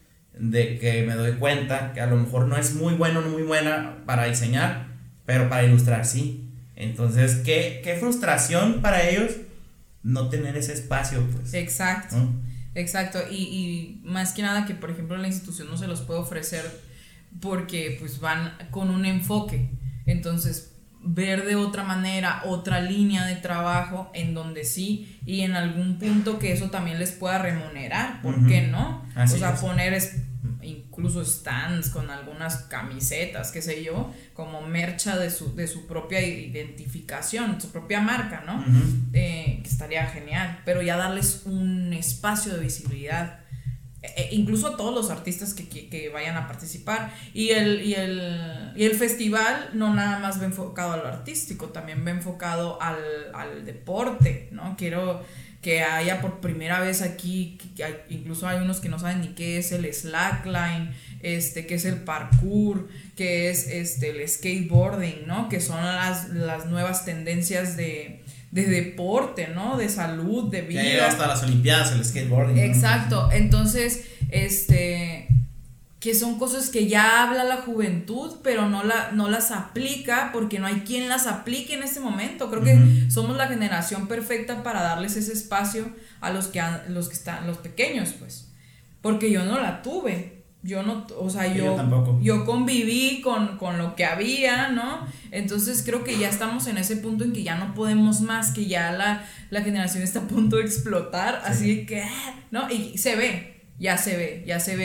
de que me doy cuenta que a lo mejor no es muy bueno, no muy buena para diseñar, pero para ilustrar sí. Entonces, qué, qué frustración para ellos no tener ese espacio, pues. Exacto, ¿no? Exacto, y, y más que nada que por ejemplo la institución no se los puede ofrecer porque pues van con un enfoque, entonces ver de otra manera, otra línea de trabajo en donde sí, y en algún punto que eso también les pueda remunerar, ¿por uh-huh. qué no? Así o sea, es. Poner es, incluso stands con algunas camisetas, qué sé yo, como mercha de su, de su propia identificación, su propia marca, ¿no? Uh-huh. Eh, que estaría genial, pero ya darles un espacio de visibilidad. Eh, incluso a todos los artistas que, que, que vayan a participar y el, y, el, y el festival no nada más va enfocado a lo artístico, también va enfocado al, al deporte, ¿no? Quiero que haya por primera vez aquí, que hay, incluso hay unos que no saben ni qué es el slackline, este, qué es el parkour, qué es este, el skateboarding, ¿no? Que son las, las nuevas tendencias de de deporte, ¿no? De salud, de vida. Ya llega hasta las olimpiadas el skateboarding. Exacto, ¿no? Entonces, este, que son cosas que ya habla la juventud, pero no, la, no las aplica porque no hay quien las aplique en este momento. Creo que uh-huh. somos la generación perfecta para darles ese espacio a los que, a los que están, los pequeños, pues, porque yo no la tuve. Yo no, o sea, yo, yo, tampoco. yo conviví con, con lo que había, ¿no? Entonces creo que ya estamos en ese punto en que ya no podemos más, que ya la, la generación está a punto de explotar, sí. Así que, ¿no? Y se ve, ya se ve, ya se ve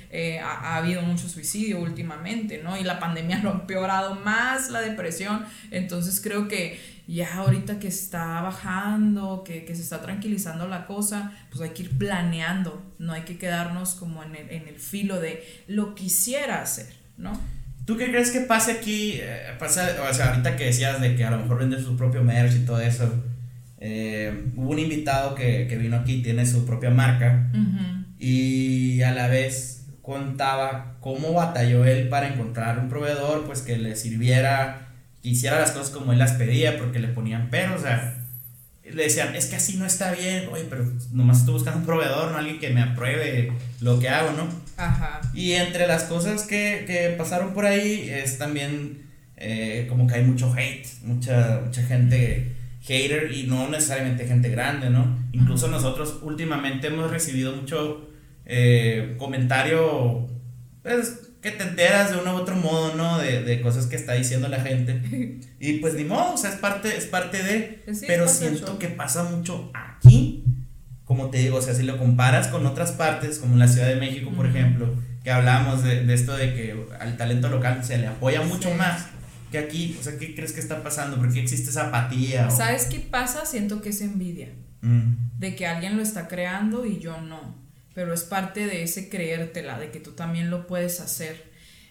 eh, ha, ha habido mucho suicidio últimamente, ¿no? Y la pandemia lo ha empeorado más la depresión. Entonces creo que ya ahorita que está bajando, que, que se está tranquilizando la cosa, pues hay que ir planeando, no hay que quedarnos como en el, en el filo de lo quisiera hacer, ¿no? ¿Tú qué crees que pase aquí? Eh, pasa, o sea, ahorita que decías de que a lo mejor vende su propio merch y todo eso, eh, hubo un invitado que, que vino aquí, tiene su propia marca, uh-huh. Y a la vez contaba cómo batalló él para encontrar un proveedor pues que le sirviera, que hiciera las cosas como él las pedía, porque le ponían peros, o sea, le decían, es que así no está bien, oye, pero nomás estoy buscando un proveedor, no alguien que me apruebe lo que hago, ¿no? Ajá. Y entre las cosas que, que pasaron por ahí es también eh, como que hay mucho hate, mucha, mucha gente hater y no necesariamente gente grande, ¿no? Incluso uh-huh. nosotros últimamente hemos recibido mucho eh, comentario, pues, que te enteras de uno u otro modo, ¿no? De, de cosas que está diciendo la gente. Y pues ni modo, o sea, es parte, es parte de... Sí, pero siento que pasa mucho aquí. Como te digo, o sea, si lo comparas con otras partes, como en la Ciudad de México, por uh-huh. ejemplo, que hablamos de, de esto de que al talento local se le apoya mucho sí. más que aquí. O sea, ¿qué crees que está pasando? ¿Por qué existe esa apatía? ¿Sabes qué pasa? Siento que es envidia. Mm. De que alguien lo está creando y yo no. Pero es parte de ese creértela, de que tú también lo puedes hacer.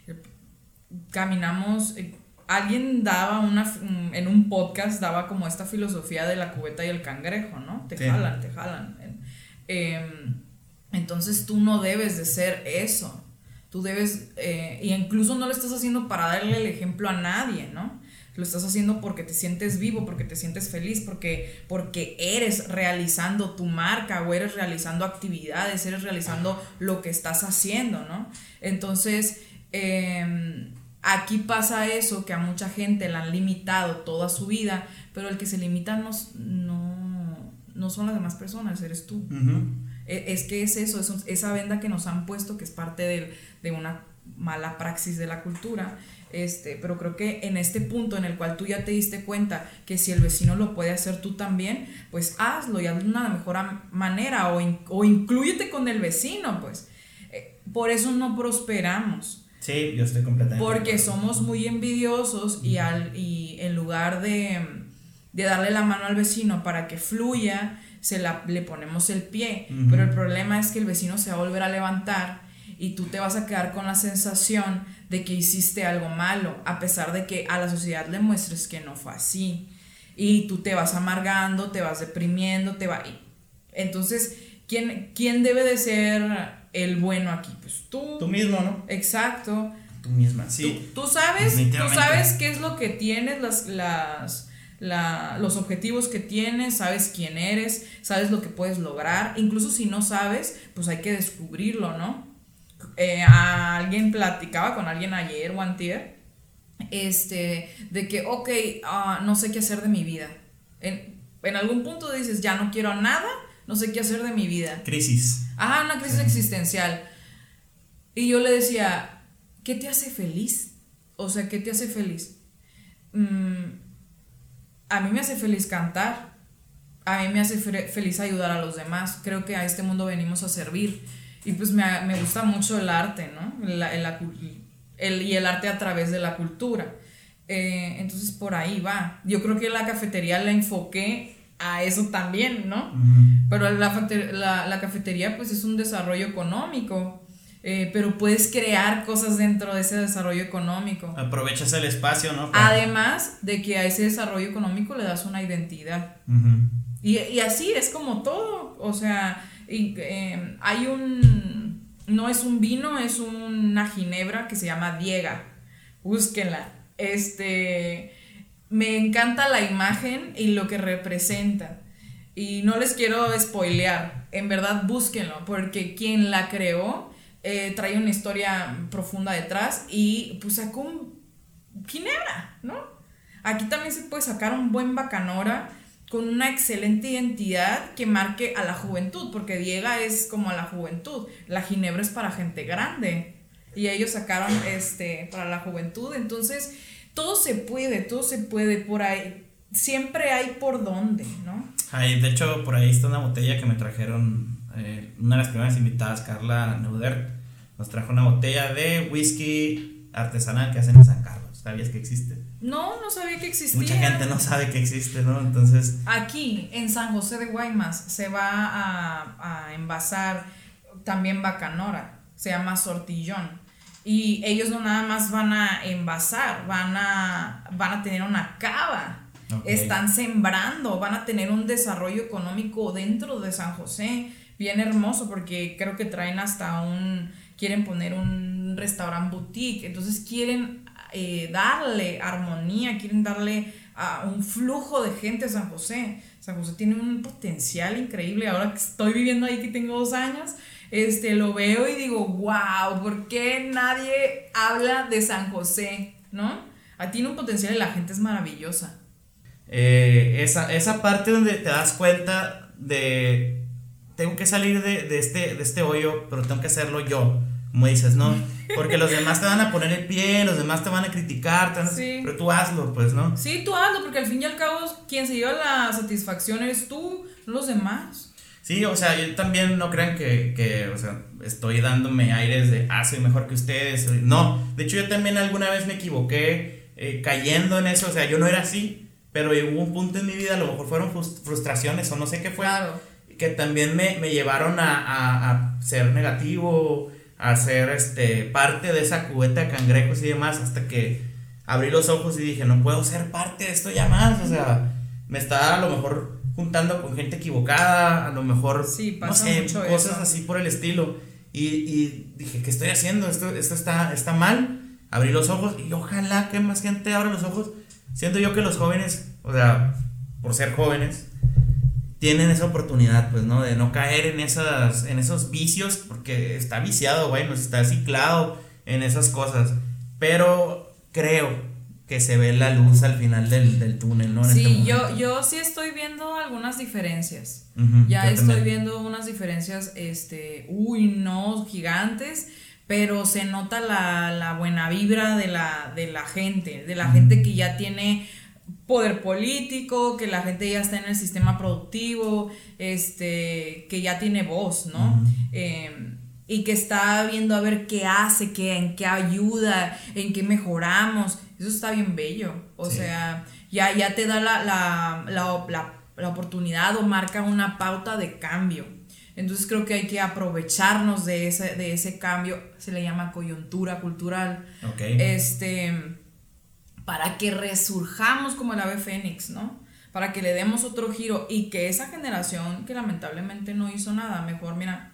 Caminamos, alguien daba una, en un podcast daba como esta filosofía de la cubeta y el cangrejo, ¿no? Te sí. jalan, te jalan. Eh, entonces tú no debes de ser eso. Tú debes, eh, y incluso no lo estás haciendo para darle el ejemplo a nadie, ¿no? Lo estás haciendo porque te sientes vivo, porque te sientes feliz, porque, porque eres realizando tu marca o eres realizando actividades, eres realizando lo que estás haciendo, ¿no? Entonces, eh, aquí pasa eso, que a mucha gente la han limitado toda su vida, pero el que se limita no, no, no son las demás personas, eres tú. Uh-huh. Es que es eso, es esa venda que nos han puesto, que es parte de, de una mala praxis de la cultura. Este, pero creo que en este punto en el cual tú ya te diste cuenta que si el vecino lo puede hacer, tú también, pues hazlo y hazlo de una mejor manera, o, in, o inclúyete con el vecino, pues. Eh, por eso no prosperamos. Sí, yo estoy completamente. Porque somos muy envidiosos y, al, y en lugar de, de darle la mano al vecino para que fluya, se la, le ponemos el pie. Uh-huh. Pero el problema es que el vecino se va a volver a levantar y tú te vas a quedar con la sensación de que hiciste algo malo, a pesar de que a la sociedad le muestres que no fue así. Y tú te vas amargando, te vas deprimiendo, te va... Entonces, ¿quién, quién debe de ser el bueno aquí? Pues tú. Tú mismo, ¿no? Exacto. Tú misma, sí. Tú, tú sabes, tú sabes qué es lo que tienes, las, las, la, los objetivos que tienes, sabes quién eres, sabes lo que puedes lograr. Incluso si no sabes, pues hay que descubrirlo, ¿no? Eh, a alguien platicaba con alguien ayer o antier, este, de que, ok, uh, no sé qué hacer de mi vida. En, en algún punto dices, ya no quiero nada, no sé qué hacer de mi vida. Crisis. Ajá, una crisis sí. existencial. Y yo le decía, ¿qué te hace feliz? O sea, ¿qué te hace feliz? Mm, a mí me hace feliz cantar. A mí me hace fe- feliz ayudar a los demás. Creo que a este mundo venimos a servir. Y pues me, me gusta mucho el arte, ¿no? La, la, el, y el arte a través de la cultura. Eh, entonces por ahí va. Yo creo que la cafetería la enfoqué a eso también, ¿no? Uh-huh. Pero la, la, la cafetería pues es un desarrollo económico. Eh, pero puedes crear cosas dentro de ese desarrollo económico. Aprovechas el espacio, ¿no? Para... Además de que a ese desarrollo económico le das una identidad. Uh-huh. Y, y así es como todo. O sea... Y, eh, hay un, no es un vino, es una ginebra que se llama Diega, búsquenla. Este, me encanta la imagen y lo que representa, y no les quiero spoilear, en verdad búsquenlo, porque quien la creó eh, trae una historia profunda detrás, y pues sacó un ginebra, ¿no? Aquí también se puede sacar un buen bacanora con una excelente identidad que marque a la juventud, porque Diega es como a la juventud, la ginebra es para gente grande, y ellos sacaron este para la juventud. Entonces todo se puede, todo se puede, por ahí siempre hay por dónde, ¿no? Ay, de hecho por ahí está una botella que me trajeron eh, una de las primeras invitadas, Carla Neuder, nos trajo una botella de whisky artesanal que hacen en San Carlos. ¿Sabías que existe? No, no sabía que existía. Mucha gente no sabe que existe, ¿no? Entonces... Aquí, en San José de Guaymas, se va a, a envasar también bacanora, se llama Sortillón. Y ellos no nada más van a envasar, van a, van a tener una cava. Okay. Están sembrando, van a tener un desarrollo económico dentro de San José. Bien hermoso, porque creo que traen hasta un... Quieren poner un restaurant boutique. Entonces quieren eh, darle armonía, quieren darle uh, un flujo de gente a San José. San José tiene un potencial increíble. Ahora que estoy viviendo ahí, que tengo dos años... Este, lo veo y digo, wow, ¿por qué nadie habla de San José? ¿No? Ah, tiene un potencial y la gente es maravillosa. Eh, esa, esa parte donde te das cuenta de tengo que salir de, de, este, de este hoyo, pero tengo que hacerlo yo, como dices, ¿no? Porque los demás te van a poner el pie, los demás te van a criticar, te van a... Sí. Pero tú hazlo, pues, ¿no? Sí, tú hazlo, porque al fin y al cabo quien se lleva la satisfacción eres tú, no los demás. Sí, o sea, yo también no crean que, que, o sea, estoy dándome aires de, ah, soy mejor que ustedes. No, de hecho yo también alguna vez me equivoqué eh, cayendo en eso, o sea, yo no era así, pero hubo un punto en mi vida, a lo mejor fueron frustraciones o no sé qué fue, claro, que también me, me llevaron a, a, a ser negativo, a ser este, parte de esa cubeta de cangrejos y demás, hasta que abrí los ojos y dije, no puedo ser parte de esto ya más, o sea, me estaba a lo mejor... juntando con gente equivocada, a lo mejor, sí, no sé, cosas eso. así por el estilo. Y, y dije, ¿qué estoy haciendo? Esto, esto está, está mal. Abrí los ojos y ojalá que más gente abra los ojos. Siento yo que los jóvenes, o sea, por ser jóvenes, tienen esa oportunidad, pues, ¿no? De no caer en, esas, en esos vicios, porque está viciado, bueno, está ciclado en esas cosas. Pero creo que se ve la luz al final del, del túnel, ¿no? En sí, este yo, yo sí estoy viendo algunas diferencias. Uh-huh, ya estoy también. viendo unas diferencias, este, uy, no, gigantes, pero se nota la, la buena vibra de la, de la gente, de la uh-huh. gente que ya tiene poder político, que la gente ya está en el sistema productivo, este, que ya tiene voz, ¿no? Uh-huh. Eh, y que está viendo a ver qué hace, qué, en qué ayuda, en qué mejoramos. Eso está bien bello. O sí. sea, ya, ya te da la, la, la, la, la oportunidad o marca una pauta de cambio. Entonces creo que hay que aprovecharnos de ese, de ese cambio. Se le llama coyuntura cultural. Okay. Este, para que resurjamos como el ave fénix, ¿no? Para que le demos otro giro y que esa generación que lamentablemente no hizo nada, mejor, mira...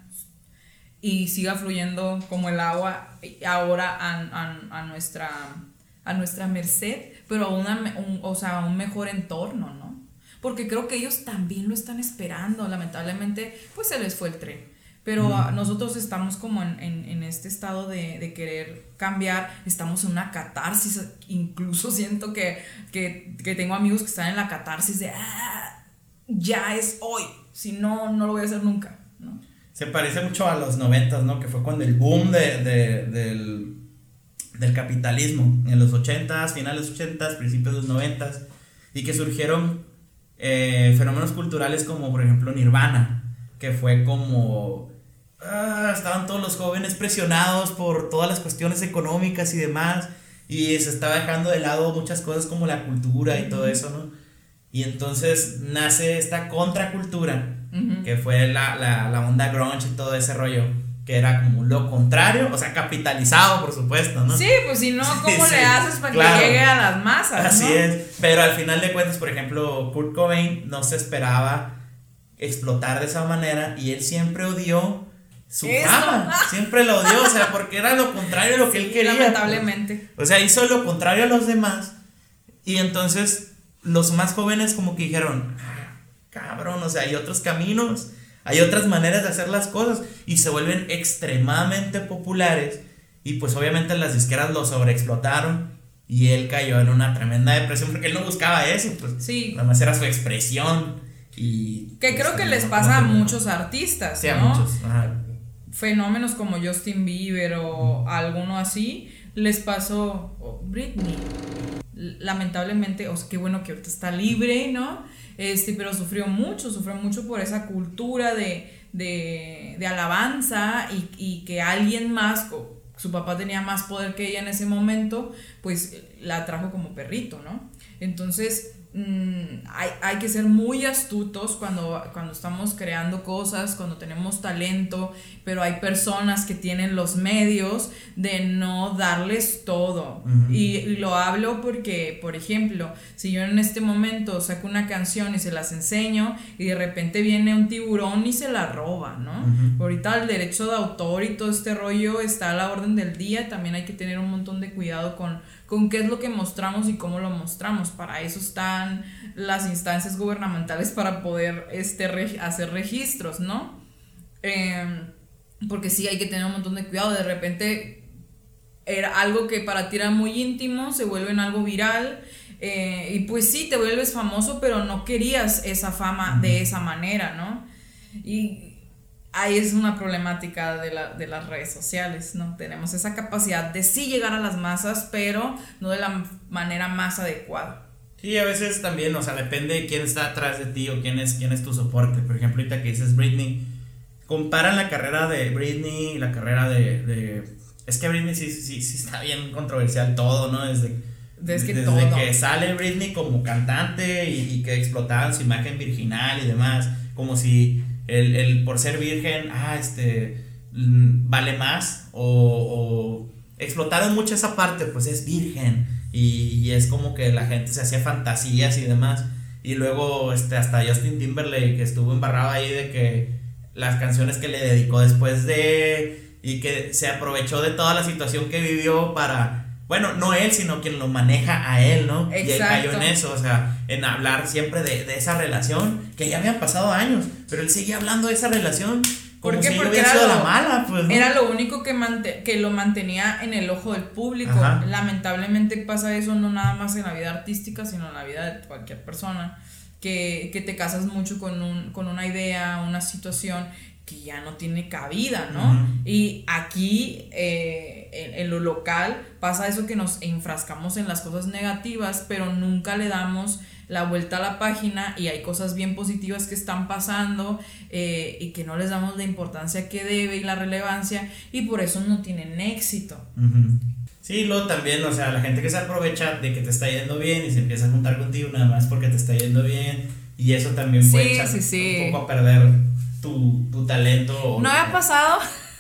y siga fluyendo como el agua ahora a, a, a, nuestra, a nuestra merced, pero a, una, un, o sea, a un mejor entorno, ¿no? Porque creo que ellos también lo están esperando, lamentablemente, pues se les fue el tren. Pero mm. nosotros estamos como en, en, en este estado de, de querer cambiar, estamos en una catarsis, incluso siento que, que, que tengo amigos que están en la catarsis de, ah, ya es hoy, si no, no lo voy a hacer nunca, ¿no? Se parece mucho a los noventas, ¿no? Que fue cuando el boom de, de, del, del capitalismo, en los ochentas, finales ochentas, principios de los noventas, y que surgieron eh, fenómenos culturales como, por ejemplo, Nirvana, que fue como... Ah, estaban todos los jóvenes presionados por todas las cuestiones económicas y demás, y se estaba dejando de lado muchas cosas como la cultura y todo eso, ¿no? Y entonces nace esta contracultura, uh-huh. que fue la, la, la onda grunge y todo ese rollo, que era como lo contrario, o sea, capitalizado, por supuesto, ¿no? Sí, pues si no, ¿cómo sí, le sí, haces para claro. que llegue a las masas? Así ¿no? es, pero al final de cuentas, por ejemplo, Kurt Cobain no se esperaba explotar de esa manera y él siempre odió su Eso. fama, siempre lo odió, o sea, porque era lo contrario a lo que sí, él quería. Lamentablemente. Pues. O sea, hizo lo contrario a los demás y entonces los más jóvenes como que dijeron, ah, cabrón, o sea, hay otros caminos, hay otras maneras de hacer las cosas y se vuelven extremadamente populares y pues obviamente las disqueras lo sobreexplotaron y él cayó en una tremenda depresión porque él no buscaba eso, pues sí. nada más era su expresión y... Que pues, creo que no, les no, pasa no, a muchos artistas, sí, ¿no? a muchos, ajá. Fenómenos como Justin Bieber o alguno así, les pasó oh, Britney. Lamentablemente, o sea, qué bueno que ahorita está libre, ¿no? Este, pero sufrió mucho, sufrió mucho por esa cultura de, de, de alabanza y, y que alguien más, su papá tenía más poder que ella en ese momento, pues la trajo como perrito, ¿no? Entonces mm, hay, hay que ser muy astutos cuando, cuando estamos creando cosas, cuando tenemos talento, pero hay personas que tienen los medios de no darles todo. Uh-huh. y, y lo hablo porque, por ejemplo, si yo en este momento saco una canción y se las enseño y de repente viene un tiburón y se la roba, ¿no? Uh-huh. Ahorita el derecho de autor y todo este rollo está a la orden del día. También hay que tener un montón de cuidado con, con qué es lo que mostramos y cómo lo mostramos. Para eso están las instancias gubernamentales, para poder este, re- hacer registros, ¿no? Eh, porque sí hay que tener un montón de cuidado. De repente era algo que para ti era muy íntimo, se vuelve en algo viral, eh, y pues sí, te vuelves famoso, pero no querías esa fama de esa manera, ¿no? Y ahí es una problemática de, la, de las redes sociales, ¿no? Tenemos esa capacidad de sí llegar a las masas, pero no de la manera más adecuada. Sí, a veces también, o sea, depende de quién está atrás de ti o quién es, quién es tu soporte. Por ejemplo, ahorita que dices Britney, comparan la carrera de Britney y la carrera de, de... Es que Britney sí, sí, sí está bien controversial todo, ¿no? Desde, desde, que, desde todo. que sale Britney como cantante y, y que explotaban su imagen virginal y demás, como si el, el por ser virgen, ah, este, vale más, o, o explotaron mucho esa parte, pues es virgen, y, y es como que la gente se hacía fantasías y demás, y luego este, hasta Justin Timberlake que estuvo embarrado ahí de que las canciones que le dedicó después de, y que se aprovechó de toda la situación que vivió para, bueno, no él, sino quien lo maneja a él, ¿no? Exacto. Y él cayó en eso, o sea, en hablar siempre de, de esa relación, que ya habían pasado años, pero él sigue hablando de esa relación como ¿Por qué? si Porque hubiera era sido lo, la mala, pues, ¿no? Era lo único que, mante- que lo mantenía en el ojo del público. Ajá. Lamentablemente pasa eso no nada más en la vida artística, sino en la vida de cualquier persona, que, que te casas mucho con, un, con una idea, una situación que ya no tiene cabida, ¿no? Uh-huh. Y aquí, eh, en, en lo local, pasa eso, que nos enfrascamos en las cosas negativas, pero nunca le damos la vuelta a la página, y hay cosas bien positivas que están pasando, eh, y que no les damos la importancia que debe y la relevancia, y por eso no tienen éxito. Uh-huh. Sí, luego también, o sea, la gente que se aprovecha de que te está yendo bien y se empieza a juntar contigo nada más porque te está yendo bien, y eso también puede sí, echar sí, sí. un poco a perder tu, tu talento. No me ha pasado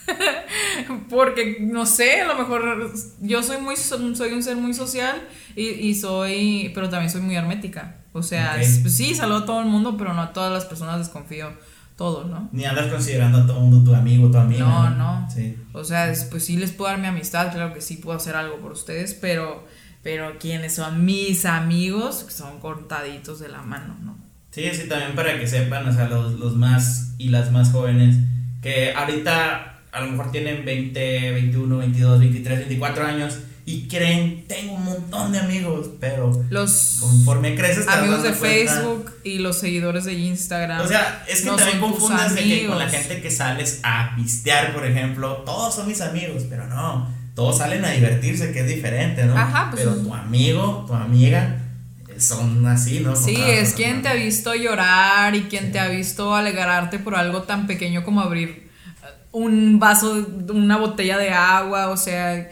porque no sé, a lo mejor yo soy muy soy un ser muy social y, y soy, pero también soy muy hermética. O sea, okay. es, sí, saludo a todo el mundo, pero no a todas las personas les confío todo, ¿no? Ni andas considerando a todo el mundo tu amigo, tu amiga. No, no. Sí. O sea, es, pues sí les puedo dar mi amistad, claro que sí puedo hacer algo por ustedes, pero, pero quienes son mis amigos son contaditos de la mano, ¿no? Sí, sí, también para que sepan, o sea, los, los más y las más jóvenes, que ahorita a lo mejor tienen veinte, veintiuno, veintidós, veintitrés, veinticuatro años y creen, tengo un montón de amigos, pero los conforme creces amigos de Facebook cuenta, y los seguidores de Instagram, o sea, es que no también confundes de que con la gente que sales a pistear, por ejemplo, todos son mis amigos, pero no, todos salen a divertirse, que es diferente, ¿no? Ajá, pues pero tu amigo, tu amiga son así, ¿no? Sí, es quien te ha visto llorar y quien sí. te ha visto alegrarte por algo tan pequeño como abrir un vaso, una botella de agua, o sea,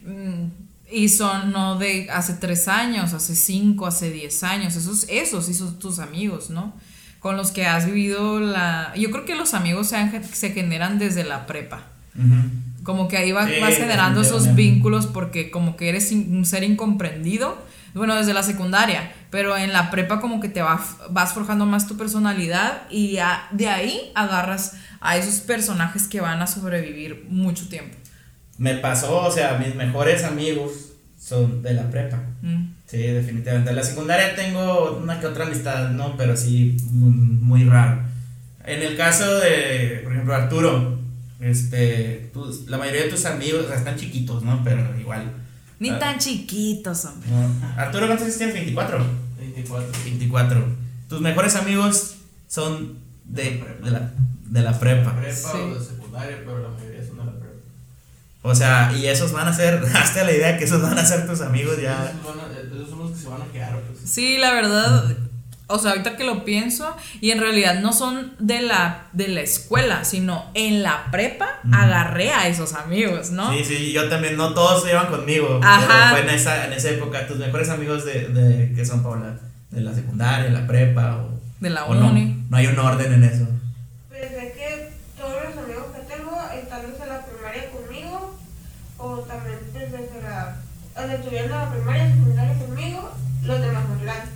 y son no de hace tres años, hace cinco, hace diez años, esos, esos sí son tus amigos, ¿no? Con los que has vivido la... Yo creo que los amigos se, se generan desde la prepa. Uh-huh. Como que ahí va, sí, vas generando esos vínculos porque como que eres un ser incomprendido. Bueno, desde la secundaria, pero en la prepa como que te va, vas forjando más tu personalidad y a, de ahí agarras a esos personajes que van a sobrevivir mucho tiempo. Me pasó, o sea, mis mejores amigos son de la prepa. Mm. Sí, definitivamente. En la secundaria tengo una que otra amistad, ¿no? Pero sí, muy, muy raro. En el caso de, por ejemplo, Arturo, este, tus, la mayoría de tus amigos, o sea, están chiquitos, ¿no? Pero igual... Ni ah, tan chiquitos, hombre. No. Arturo, ¿cuántos años tienes? ¿veinticuatro? veinticuatro. veinticuatro. Tus mejores amigos son de, de, la, de la prepa. Prepa sí. o de secundaria, pero la mayoría son de la prepa. O sea, y esos van a ser, hazte la idea que esos van a ser tus amigos ya. Esos, van a, esos son los que se van a quedar, pues. Sí, la verdad, O sea, ahorita que lo pienso, y en realidad no son de la, de la escuela, sino en la prepa uh-huh. agarré a esos amigos, ¿no? Sí, sí, yo también, no todos se llevan conmigo. Ajá. Pero fue en esa, en esa época, tus mejores amigos de, de ¿qué son, Paula? De la secundaria, la prepa o de la o uni. No, no hay un orden en eso. Pues es que todos los amigos que tengo están desde la primaria conmigo, o también desde la, o sea, estuvieron en la primaria, secundaria conmigo, los demás más grandes.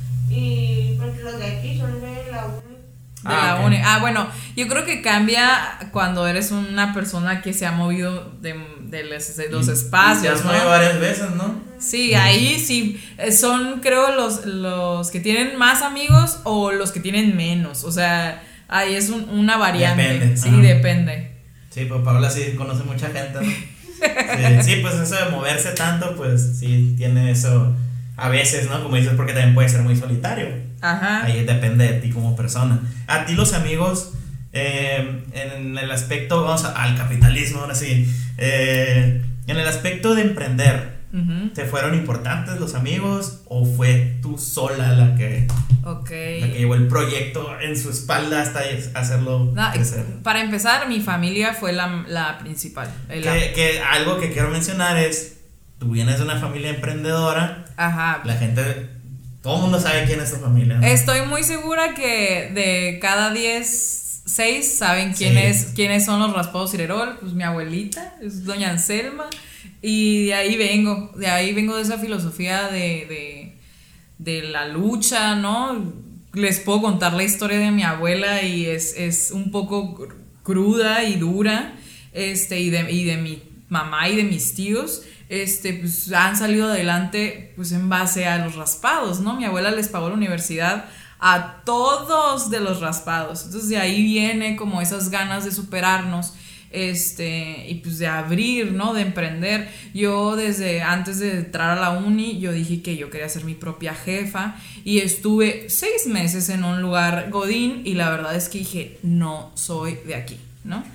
Y pues los de aquí son de la uni. De ah, la okay. uni. Ah, bueno, yo creo que cambia cuando eres una persona que se ha movido de, de, los, de los y, espacios. Y te has movido, ¿no? Varias veces, ¿no? Sí, sí, ahí sí. Son, creo, los, los que tienen más amigos o los que tienen menos. O sea, ahí es un, una variante. Depende. Sí, Ajá. depende. Sí, pues Paola sí conoce mucha gente, ¿no? sí, sí, pues eso de moverse tanto, pues sí tiene eso. A veces, ¿no? Como dices, porque también puede ser muy solitario. Ajá. Ahí depende de ti como persona. A ti los amigos, eh, en el aspecto, vamos a, al capitalismo, ahora sí. Eh, en el aspecto de emprender, uh-huh. ¿te fueron importantes los amigos o fue tú sola la que, okay. la que llevó el proyecto en su espalda hasta hacerlo no, crecer? Para empezar, mi familia fue la, la principal. Que, que algo que quiero mencionar es, tú vienes de una familia emprendedora. Ajá. La gente, todo el mundo sabe quién es tu familia, ¿no? Estoy muy segura que de cada diez, seis saben quién sí. es, quiénes son los raspados Cirerol. Pues mi abuelita, es doña Anselma. Y de ahí vengo, de ahí vengo de esa filosofía de, de, de la lucha, ¿no? Les puedo contar la historia de mi abuela y es, es un poco cruda y dura. Este, y de, y de mi mamá y de mis tíos. Este, pues han salido adelante pues en base a los raspados, ¿no? Mi abuela les pagó la universidad a todos de los raspados. Entonces de ahí viene como esas ganas de superarnos, este, y pues de abrir, ¿no? De emprender. Yo desde antes de entrar a la uni, yo dije que yo quería ser mi propia jefa y estuve seis meses en un lugar godín y la verdad es que dije, no soy de aquí, ¿no?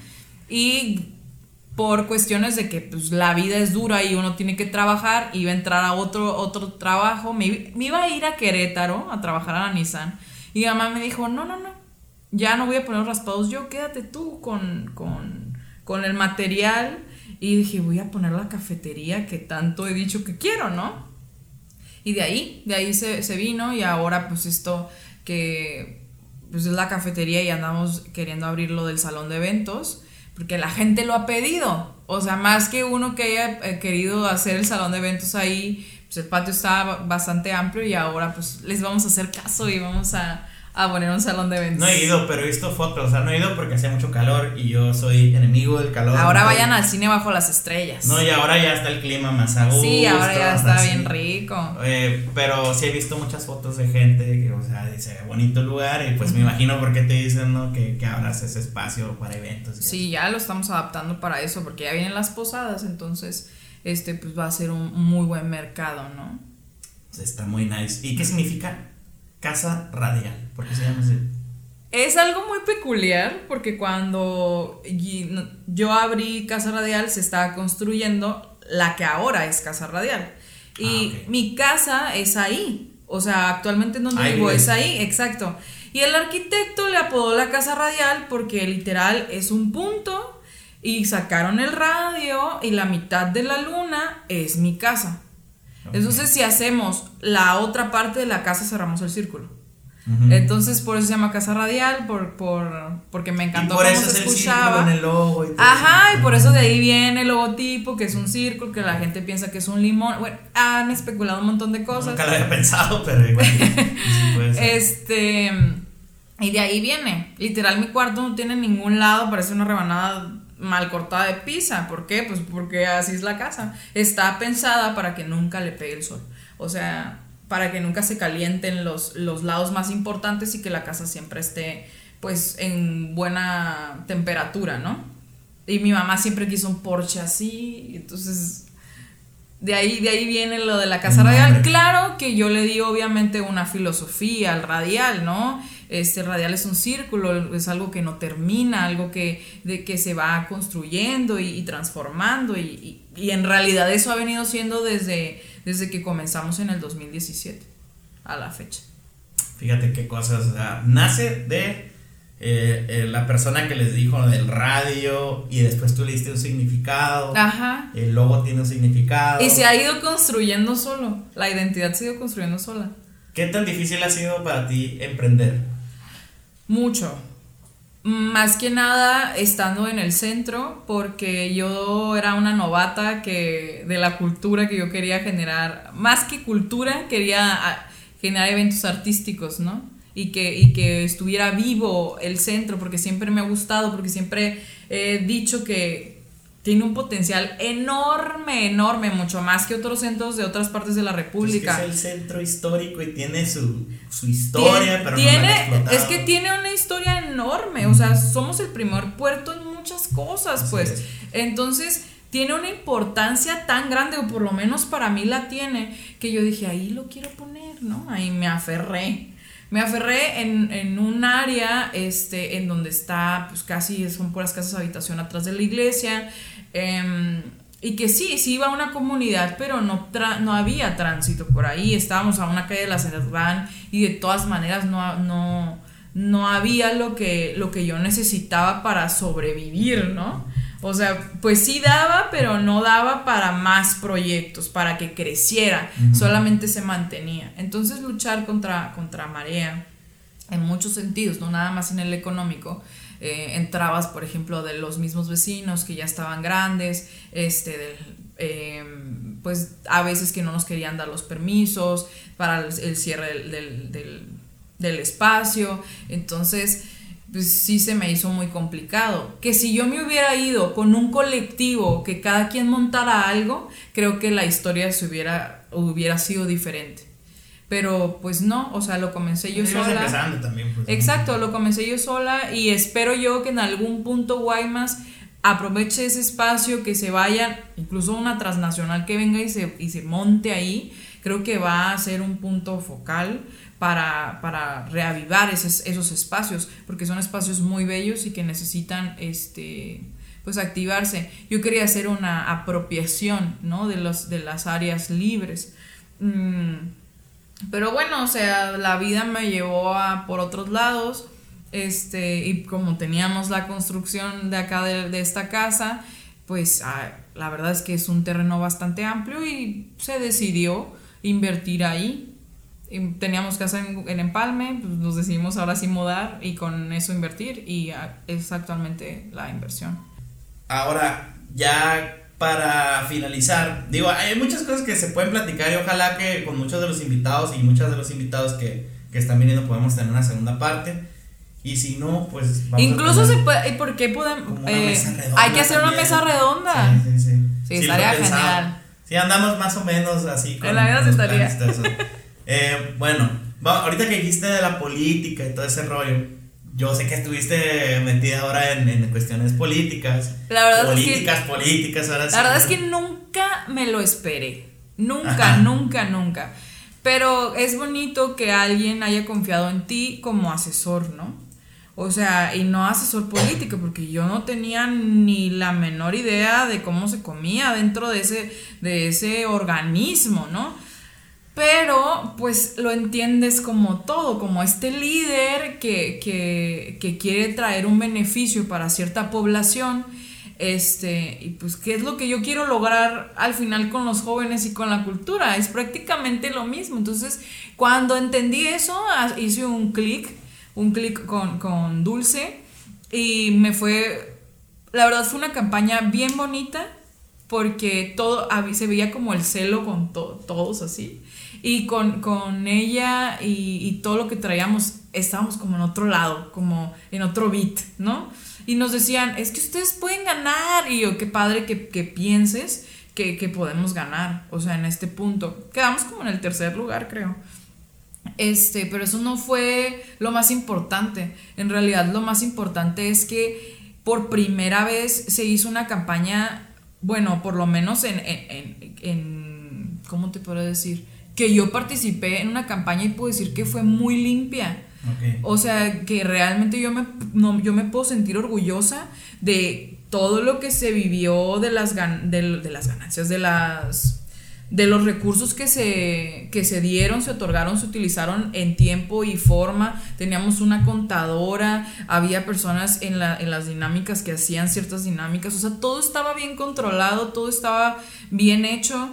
Y por cuestiones de que pues la vida es dura y uno tiene que trabajar, iba a entrar a otro, otro trabajo, me, me iba a ir a Querétaro a trabajar a la Nissan y mi mamá me dijo, no, no, no, ya no voy a poner raspados yo, quédate tú con, con, con el material. Y dije, voy a poner la cafetería que tanto he dicho que quiero, ¿no? Y de ahí, de ahí se, se vino y ahora pues esto que pues es la cafetería y andamos queriendo abrir lo del salón de eventos. Porque la gente lo ha pedido. O sea, más que uno que haya eh, querido hacer el salón de eventos ahí, pues el patio está bastante amplio y ahora pues les vamos a hacer caso y vamos a, a poner un salón de eventos. No he ido, pero he visto fotos. O sea, no he ido porque hacía mucho calor y yo soy enemigo del calor. Ahora vayan al cine bajo las estrellas. No, y ahora ya está el clima más a gusto. Sí, ahora ya está así. bien rico. Eh, pero sí he visto muchas fotos de gente que, o sea, dice bonito lugar y pues uh-huh. me imagino por qué te dicen, ¿no? Que, que abras ese espacio para eventos. Y sí, así. Ya lo estamos adaptando para eso porque ya vienen las posadas, entonces este pues va a ser un muy buen mercado, ¿no? Está muy nice. ¿Y qué significa casa radial? ¿Por qué se llama así? Es algo muy peculiar porque cuando yo abrí Casa Radial se estaba construyendo la que ahora es Casa Radial y ah, okay. mi casa es ahí, o sea, actualmente en donde ahí vivo es ahí, exacto. Y el arquitecto le apodó la Casa Radial porque literal es un punto y sacaron el radio y la mitad de la luna es mi casa. Okay. Entonces si hacemos la otra parte de la casa cerramos el círculo. Uh-huh. Entonces por eso se llama Casa Radial, por, por, porque me encantó cómo se escuchaba. En el logo y todo. Ajá, y por eso de ahí viene el logotipo, que es un círculo, que la gente piensa que es un limón. Bueno, han especulado un montón de cosas. Nunca lo había pensado, pero igual. Sí puede ser. Este, y de ahí viene. Literal, mi cuarto no tiene ningún lado, parece una rebanada mal cortada de pizza. ¿Por qué? Pues porque así es la casa. Está pensada para que nunca le pegue el sol. O sea, para que nunca se calienten los, los lados más importantes y que la casa siempre esté pues en buena temperatura, ¿no? Y mi mamá siempre quiso un porche así, entonces de ahí, de ahí viene lo de la Casa Radial. Claro que yo le di obviamente una filosofía al radial, ¿no? Este radial es un círculo, es algo que no termina, algo que, de, que se va construyendo y, y transformando y, y, y en realidad eso ha venido siendo desde, desde que comenzamos en el dos mil diecisiete a la fecha. Fíjate qué cosas, o sea, nace de eh, eh, la persona que les dijo del radio y después tú le diste un significado. Ajá. El logo tiene un significado. Y se ha ido construyendo solo, la identidad se ha ido construyendo sola. ¿Qué tan difícil ha sido para ti emprender? Mucho. Más que nada estando en el centro, porque yo era una novata que de la cultura que yo quería generar, más que cultura, quería generar eventos artísticos, ¿no? Y que, y que estuviera vivo el centro, porque siempre me ha gustado, porque siempre he dicho que tiene un potencial enorme, enorme, mucho más que otros centros de otras partes de la República. Pues es que es el centro histórico y tiene su, su historia, Tien, pero tiene, no la han explotado. Es que tiene una historia enorme, o sea, somos el primer puerto en muchas cosas, Así pues. es. Entonces, tiene una importancia tan grande, o por lo menos para mí la tiene, que yo dije, ahí lo quiero poner, ¿no? Ahí me aferré. Me aferré en, en un área este, en donde está, pues casi son puras casas de habitación atrás de la iglesia, eh, y que sí, sí iba a una comunidad, pero no, tra- no había tránsito por ahí, estábamos a una calle de la Cerdán y de todas maneras no, no, no había lo que, lo que yo necesitaba para sobrevivir, ¿no? O sea, pues sí daba, pero no daba para más proyectos, para que creciera, uh-huh. Solamente se mantenía. Entonces luchar contra, contra marea, en muchos sentidos, no nada más en el económico, eh, entrabas, por ejemplo, de los mismos vecinos que ya estaban grandes, este, del, eh, pues a veces que no nos querían dar los permisos para el, el cierre del, del, del, del espacio, entonces... pues sí se me hizo muy complicado. Que si yo me hubiera ido con un colectivo, que cada quien montara algo, creo que la historia se hubiera, hubiera sido diferente. Pero pues no, o sea, lo comencé yo Estamos sola. empezando también, pues, Exacto, lo comencé yo sola y espero yo que en algún punto Guaymas aproveche ese espacio, que se vayan, incluso una transnacional que venga y se, y se monte ahí. Creo que va a ser un punto focal para, para reavivar esos, esos espacios, porque son espacios muy bellos y que necesitan este, pues activarse. Yo quería hacer una apropiación, ¿no? de, los, de las áreas libres. Mm, pero bueno, o sea, la vida me llevó a, por otros lados, este, y como teníamos la construcción de acá de, de esta casa, pues ah, la verdad es que es un terreno bastante amplio y se decidió invertir ahí. Teníamos casa en, en Empalme, pues nos decidimos ahora sí mudar y con eso invertir, y es actualmente la inversión. Ahora, ya para finalizar, digo, hay muchas cosas que se pueden platicar y ojalá que con muchos de los invitados y muchos de los invitados que, que están viniendo podemos tener una segunda parte. Y si no, pues vamos incluso a se puede, ¿y por qué podemos? Eh, hay que hacer también. Una mesa redonda. Sí, sí, sí. Sí, sí, estaría genial. Sí, andamos más o menos así con, en la vida se estaría. eh, bueno, va, ahorita que dijiste de la política y todo ese rollo, yo sé que estuviste metida ahora en, en cuestiones políticas. La verdad políticas, es que, políticas, ahora la sí. La verdad es que nunca me lo esperé. Nunca, Ajá. nunca, nunca. Pero es bonito que alguien haya confiado en ti como asesor, ¿no? O sea, y no asesor político, porque yo no tenía ni la menor idea de cómo se comía dentro de ese, de ese organismo, ¿no? Pero pues lo entiendes como todo, como este líder que, que, que quiere traer un beneficio para cierta población, este, y pues qué es lo que yo quiero lograr al final con los jóvenes y con la cultura, es prácticamente lo mismo. Entonces, cuando entendí eso, hice un clic, un clic con, con Dulce, y me fue, la verdad fue una campaña bien bonita, porque todo, se veía como el celo con to, todos así, y con, con ella y, y todo lo que traíamos, estábamos como en otro lado, como en otro beat, ¿no? Y nos decían, es que ustedes pueden ganar, y yo, qué padre que, que pienses que, que podemos ganar, o sea, en este punto, quedamos como en el tercer lugar, creo. Este, pero eso no fue lo más importante. En realidad lo más importante es que por primera vez se hizo una campaña, bueno, por lo menos en, en, en, en ¿cómo te puedo decir? Que yo participé en una campaña y puedo decir que fue muy limpia. Okay. O sea, que realmente yo me, no, yo me puedo sentir orgullosa de todo lo que se vivió, de las, gan, de, de las ganancias, de las... de los recursos que se, que se dieron, se otorgaron, se utilizaron en tiempo y forma. Teníamos una contadora, había personas en, la, en las dinámicas que hacían ciertas dinámicas, o sea, todo estaba bien controlado, todo estaba bien hecho.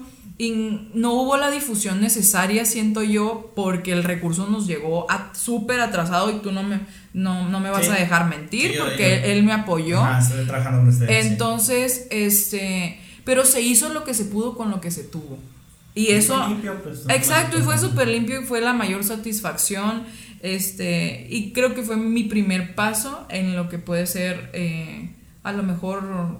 Y no hubo la difusión necesaria, siento yo, porque el recurso nos llegó súper atrasado y tú no me, no, no me vas sí. a dejar mentir, sí, yo, porque yo, él me apoyó. Ajá, estoy trabajando con ustedes. Entonces, sí. este, pero se hizo lo que se pudo con lo que se tuvo. Y, y eso, fue limpio, pues, exacto, y fue súper limpio y fue la mayor satisfacción. Este, y creo que fue mi primer paso en lo que puede ser, eh, a lo mejor...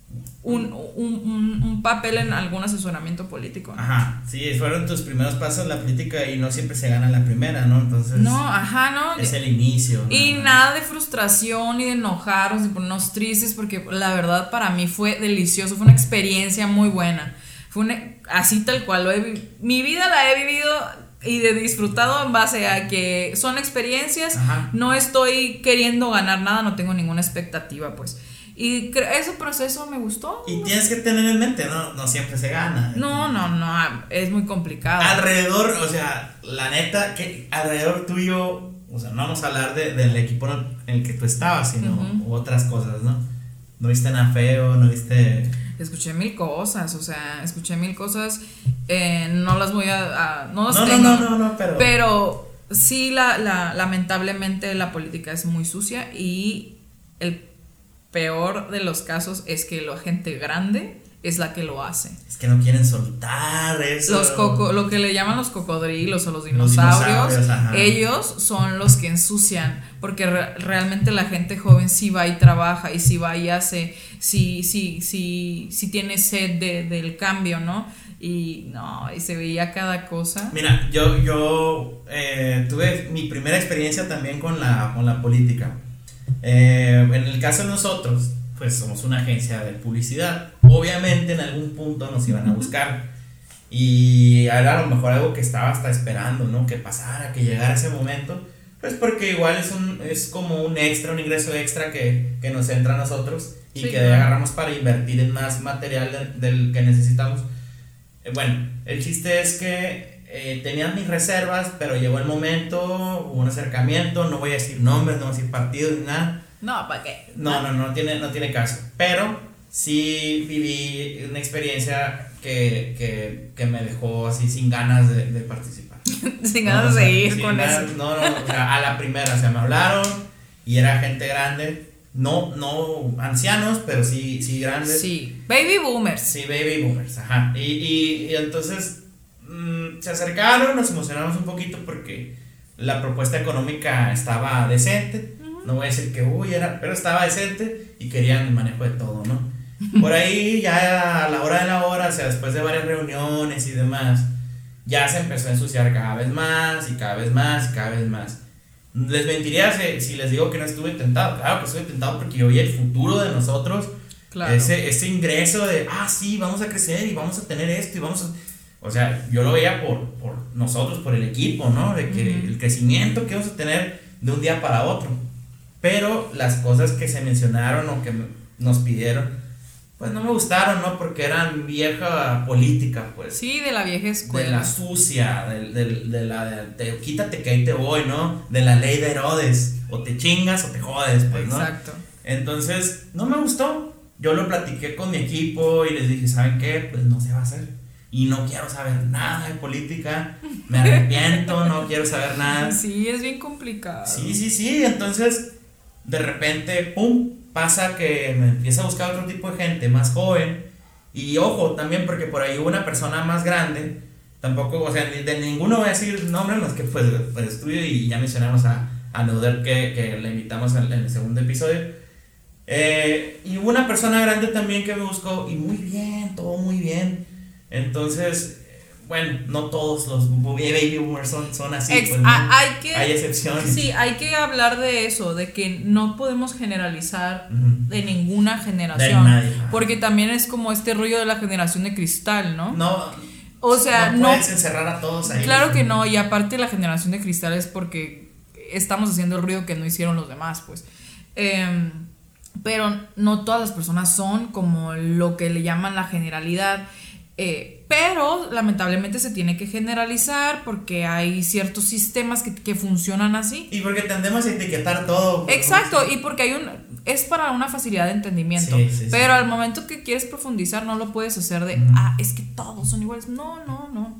Un, un, un, un papel en algún asesoramiento político, ¿no? Ajá, sí, fueron tus primeros pasos en la política y no siempre se gana la primera, ¿no? Entonces no, ajá, no es el inicio. Y nada, nada de frustración ni de enojarnos, de ponernos tristes, porque la verdad para mí fue delicioso, fue una experiencia muy buena. Fue una, así tal cual, lo he, mi vida la he vivido y de disfrutado en base a que son experiencias. Ajá. No estoy queriendo ganar nada, no tengo ninguna expectativa, pues. Y ese proceso me gustó. Y tienes que tener en mente, no, no siempre se gana. No, no, no, es muy complicado. Alrededor, o sea, la neta, que alrededor tuyo, o sea, no vamos a hablar de, del equipo en el que tú estabas, sino uh-huh. otras cosas, ¿no? No viste nada feo, no viste... Escuché mil cosas, o sea, escuché mil cosas, eh, no las voy a... a no las no, tengo, no, no, no, no, pero... Pero sí, la, la, lamentablemente la política es muy sucia y el peor de los casos es que la gente grande es la que lo hace. Es que no quieren soltar eso. Los coco, lo que le llaman los cocodrilos o los dinosaurios, los dinosaurios ellos son los que ensucian, porque re- realmente la gente joven sí va y trabaja y sí va y hace, sí, sí, sí, sí tiene sed de, del cambio, ¿no? Y no, y se veía cada cosa. Mira, yo, yo eh, tuve mi primera experiencia también con la, con la política. Eh, en el caso de nosotros, pues somos una agencia de publicidad. Obviamente en algún punto nos iban a buscar y era a lo mejor algo que estaba hasta esperando, ¿no? Que pasara, que llegara ese momento. Pues porque igual es, un, es como un extra, un ingreso extra que, que nos entra a nosotros y sí, que claro. agarramos para invertir en más material de, del que necesitamos. Eh, bueno, el chiste es que Eh, tenían mis reservas, pero llegó el momento, hubo un acercamiento, no voy a decir nombres, no voy a decir partidos ni nada. No, ¿para qué? No, no, no, no tiene, no tiene caso. Pero sí viví una experiencia que, que, que me dejó así sin ganas de, de participar. sin ganas no, de o sea, ir con ganas, eso. No, no, o sea, a la primera, o sea, me hablaron y era gente grande. No, no ancianos, pero sí, sí grandes. Sí, baby boomers. Sí, baby boomers, ajá. Y, y, y entonces... se acercaron, nos emocionamos un poquito porque la propuesta económica estaba decente, uh-huh. no voy a decir que uy era, pero estaba decente y querían el manejo de todo, ¿no? Por ahí ya a la hora de la hora, o sea, después de varias reuniones y demás, ya se empezó a ensuciar cada vez más y cada vez más y cada vez más. Les mentiría si, si les digo que no estuve tentado. Claro que estuve tentado porque yo vi el futuro de nosotros, claro. ese, ese ingreso de, ah sí, vamos a crecer y vamos a tener esto y vamos a... O sea, yo lo veía por, por nosotros, por el equipo, ¿no? De que uh-huh. el crecimiento que vamos a tener de un día para otro. Pero las cosas que se mencionaron o que nos pidieron, pues no me gustaron, ¿no? Porque eran vieja política, pues. Sí, de la vieja escuela. De la sucia, de, de, de la de, de quítate que ahí te voy, ¿no? De la ley de Herodes. O te chingas o te jodes, pues, ¿no? Exacto. Entonces, no me gustó. Yo lo platiqué con mi equipo y les dije, ¿saben qué? Pues no se va a hacer. Y no quiero saber nada de política, me arrepiento, no quiero saber nada. Sí, es bien complicado. Sí, sí, sí, entonces de repente, pum, pasa que me empieza a buscar otro tipo de gente más joven. Y ojo, también porque por ahí hubo una persona más grande, tampoco, o sea, de ninguno voy a decir nombres, más que pues, pues estudio y ya mencionamos a, a Neuder que, que le invitamos en, en el segundo episodio. Eh, y hubo una persona grande también que me buscó y muy bien, todo muy bien. Entonces, bueno, no todos los baby boomers son, son así. Ex- pues, ¿no? hay, que, hay excepciones. Sí, hay que hablar de eso, de que no podemos generalizar uh-huh. de ninguna generación. De nadie. Porque también es como este rollo de la generación de cristal, ¿no? No, o sea, no puedes no, encerrar a todos ahí. Claro que no, y aparte la generación de cristal es porque estamos haciendo el ruido que no hicieron los demás, pues. Eh, pero no todas las personas son como lo que le llaman la generalidad. Eh, pero lamentablemente se tiene que generalizar porque hay ciertos sistemas que, que funcionan así. Y porque tendemos a etiquetar todo. Exacto, y porque hay un es para una facilidad de entendimiento. Sí, sí, pero sí. al momento que quieres profundizar no lo puedes hacer de, Mm. ah, es que todos son iguales. No, no, no.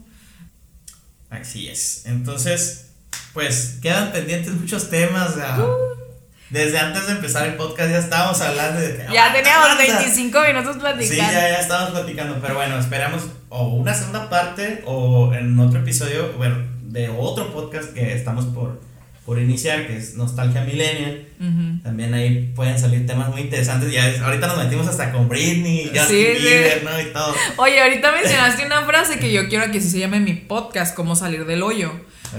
Así es. Entonces, pues quedan pendientes muchos temas. O sea, Uh. desde antes de empezar el podcast ya estábamos hablando de que Ya ¡ah, teníamos anda! veinticinco minutos platicando. Sí, ya, ya estábamos platicando, pero bueno, esperamos o una segunda parte o en otro episodio, bueno, de otro podcast que estamos por, por iniciar, que es Nostalgia Millennial. Uh-huh. También ahí pueden salir temas muy interesantes. Ya es- ahorita nos metimos hasta con Britney, Justin Sí, sí. Bieber, ¿no? Y todo. Oye, ahorita mencionaste una frase que yo quiero que así se llame mi podcast, Cómo salir del hoyo.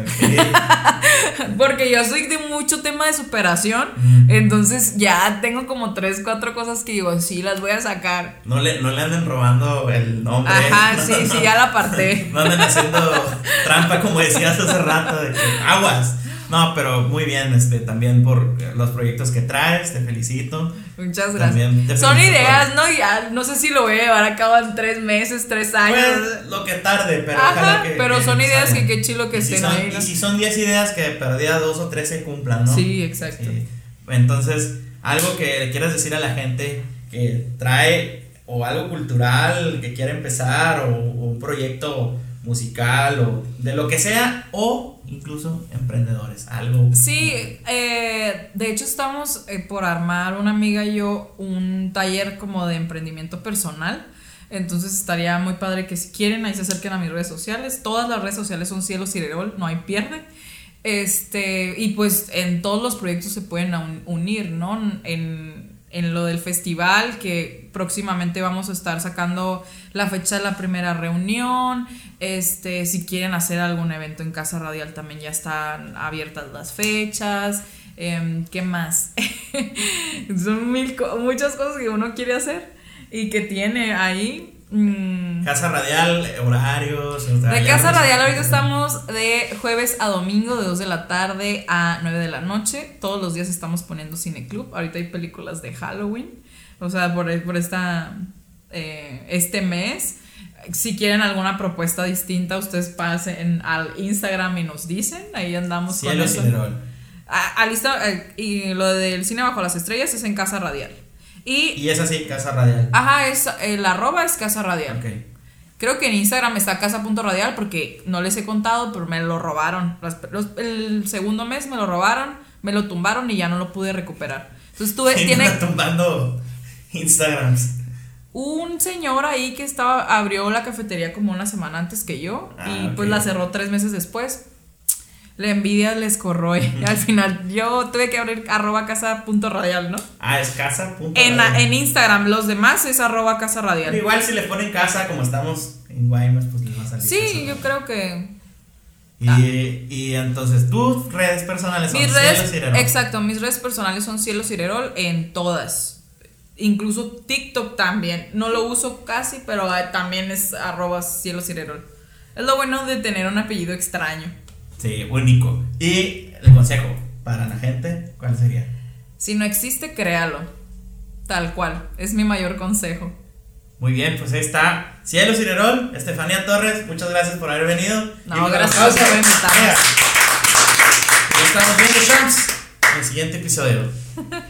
Ok. Porque yo soy de mucho tema de superación. Mm. Entonces ya tengo como tres, cuatro cosas que digo, sí, las voy a sacar. No le, no le anden robando el nombre. Ajá, No, sí, no. sí, ya la aparté. No anden haciendo trampa como decías hace rato de que aguas. No, pero muy bien, este, también por los proyectos que traes, te felicito. Muchas También gracias. te Son felicito ideas, por- ¿no? Ya no sé si lo voy a llevar a cabo en tres meses, tres años. Pues lo que tarde, pero Ajá, ojalá que. pero que son ideas salgan. que qué chilo que Y si estén son- ahí, ¿no? Y si son diez ideas que perdida dos o tres se cumplan, ¿no? Sí, exacto. Sí. Entonces, algo que le quieras decir a la gente que trae o algo cultural que quiere empezar o, o un proyecto musical o de lo que sea o incluso emprendedores, algo. Sí, eh, de hecho estamos eh, por armar una amiga y yo un taller como de emprendimiento personal. Entonces estaría muy padre que si quieren ahí se acerquen a mis redes sociales. Todas las redes sociales son Cielo Cirerol, no hay pierde. Este, y pues en todos los proyectos se pueden un- unir, ¿no? En, en lo del festival, que próximamente vamos a estar sacando la fecha de la primera reunión. Este, si quieren hacer algún evento en Casa Radial también ya están abiertas las fechas. Em, ¿qué más? Son mil co- muchas cosas que uno quiere hacer y que tiene ahí. Mm. Casa Radial, horarios. o sea, De ya Casa no sé. Radial ahorita estamos de jueves a domingo de dos de la tarde a nueve de la noche. Todos los días estamos poniendo cineclub. Ahorita hay películas de Halloween. O sea, por, por esta eh, este mes. Si quieren alguna propuesta distinta, ustedes pasen al Instagram y nos dicen. Ahí andamos Cielo con eso. Cirerol. A- a lista- eh, y lo del cine bajo las estrellas es en Casa Radial. Y, Y es así, Casa Radial. ajá, es, el arroba es Casa Radial. Ok. Creo que en Instagram está casa.radial porque no les he contado, pero me lo robaron. Las- los- el segundo mes me lo robaron, me lo tumbaron y ya no lo pude recuperar. Entonces tuve, Sí, tiene anda tumbando Instagrams. un señor ahí que estaba abrió la cafetería como una semana antes que yo Ah, y ok. pues la cerró tres meses después. La envidia les corroe. Y al final yo tuve que abrir arroba casa.radial, ¿no? Ah, es casa. punto En, radial. en Instagram, los demás es arroba casa Pero radial. igual si le ponen casa, como estamos en Guaymas, pues les va a salir. Sí, Casa yo Radial. creo que Y, y entonces tus redes personales son mis Cielo redes, Cirerol. exacto, mis redes personales son Cielo Cirerol en todas. Incluso TikTok también. No lo uso casi, pero ah, también es arroba Cielo Cirerol. Es lo bueno de tener un apellido extraño. Sí, único. Y el consejo para la gente, ¿cuál sería? Si no existe, créalo. Tal cual. Es mi mayor consejo. Muy bien, pues ahí está Cielo Cirerol, Estefanía Torres, muchas gracias por haber venido. No, Y un gracias aplauso. por invitarnos. Venga. Nos estamos viendo, Champs, en el siguiente episodio.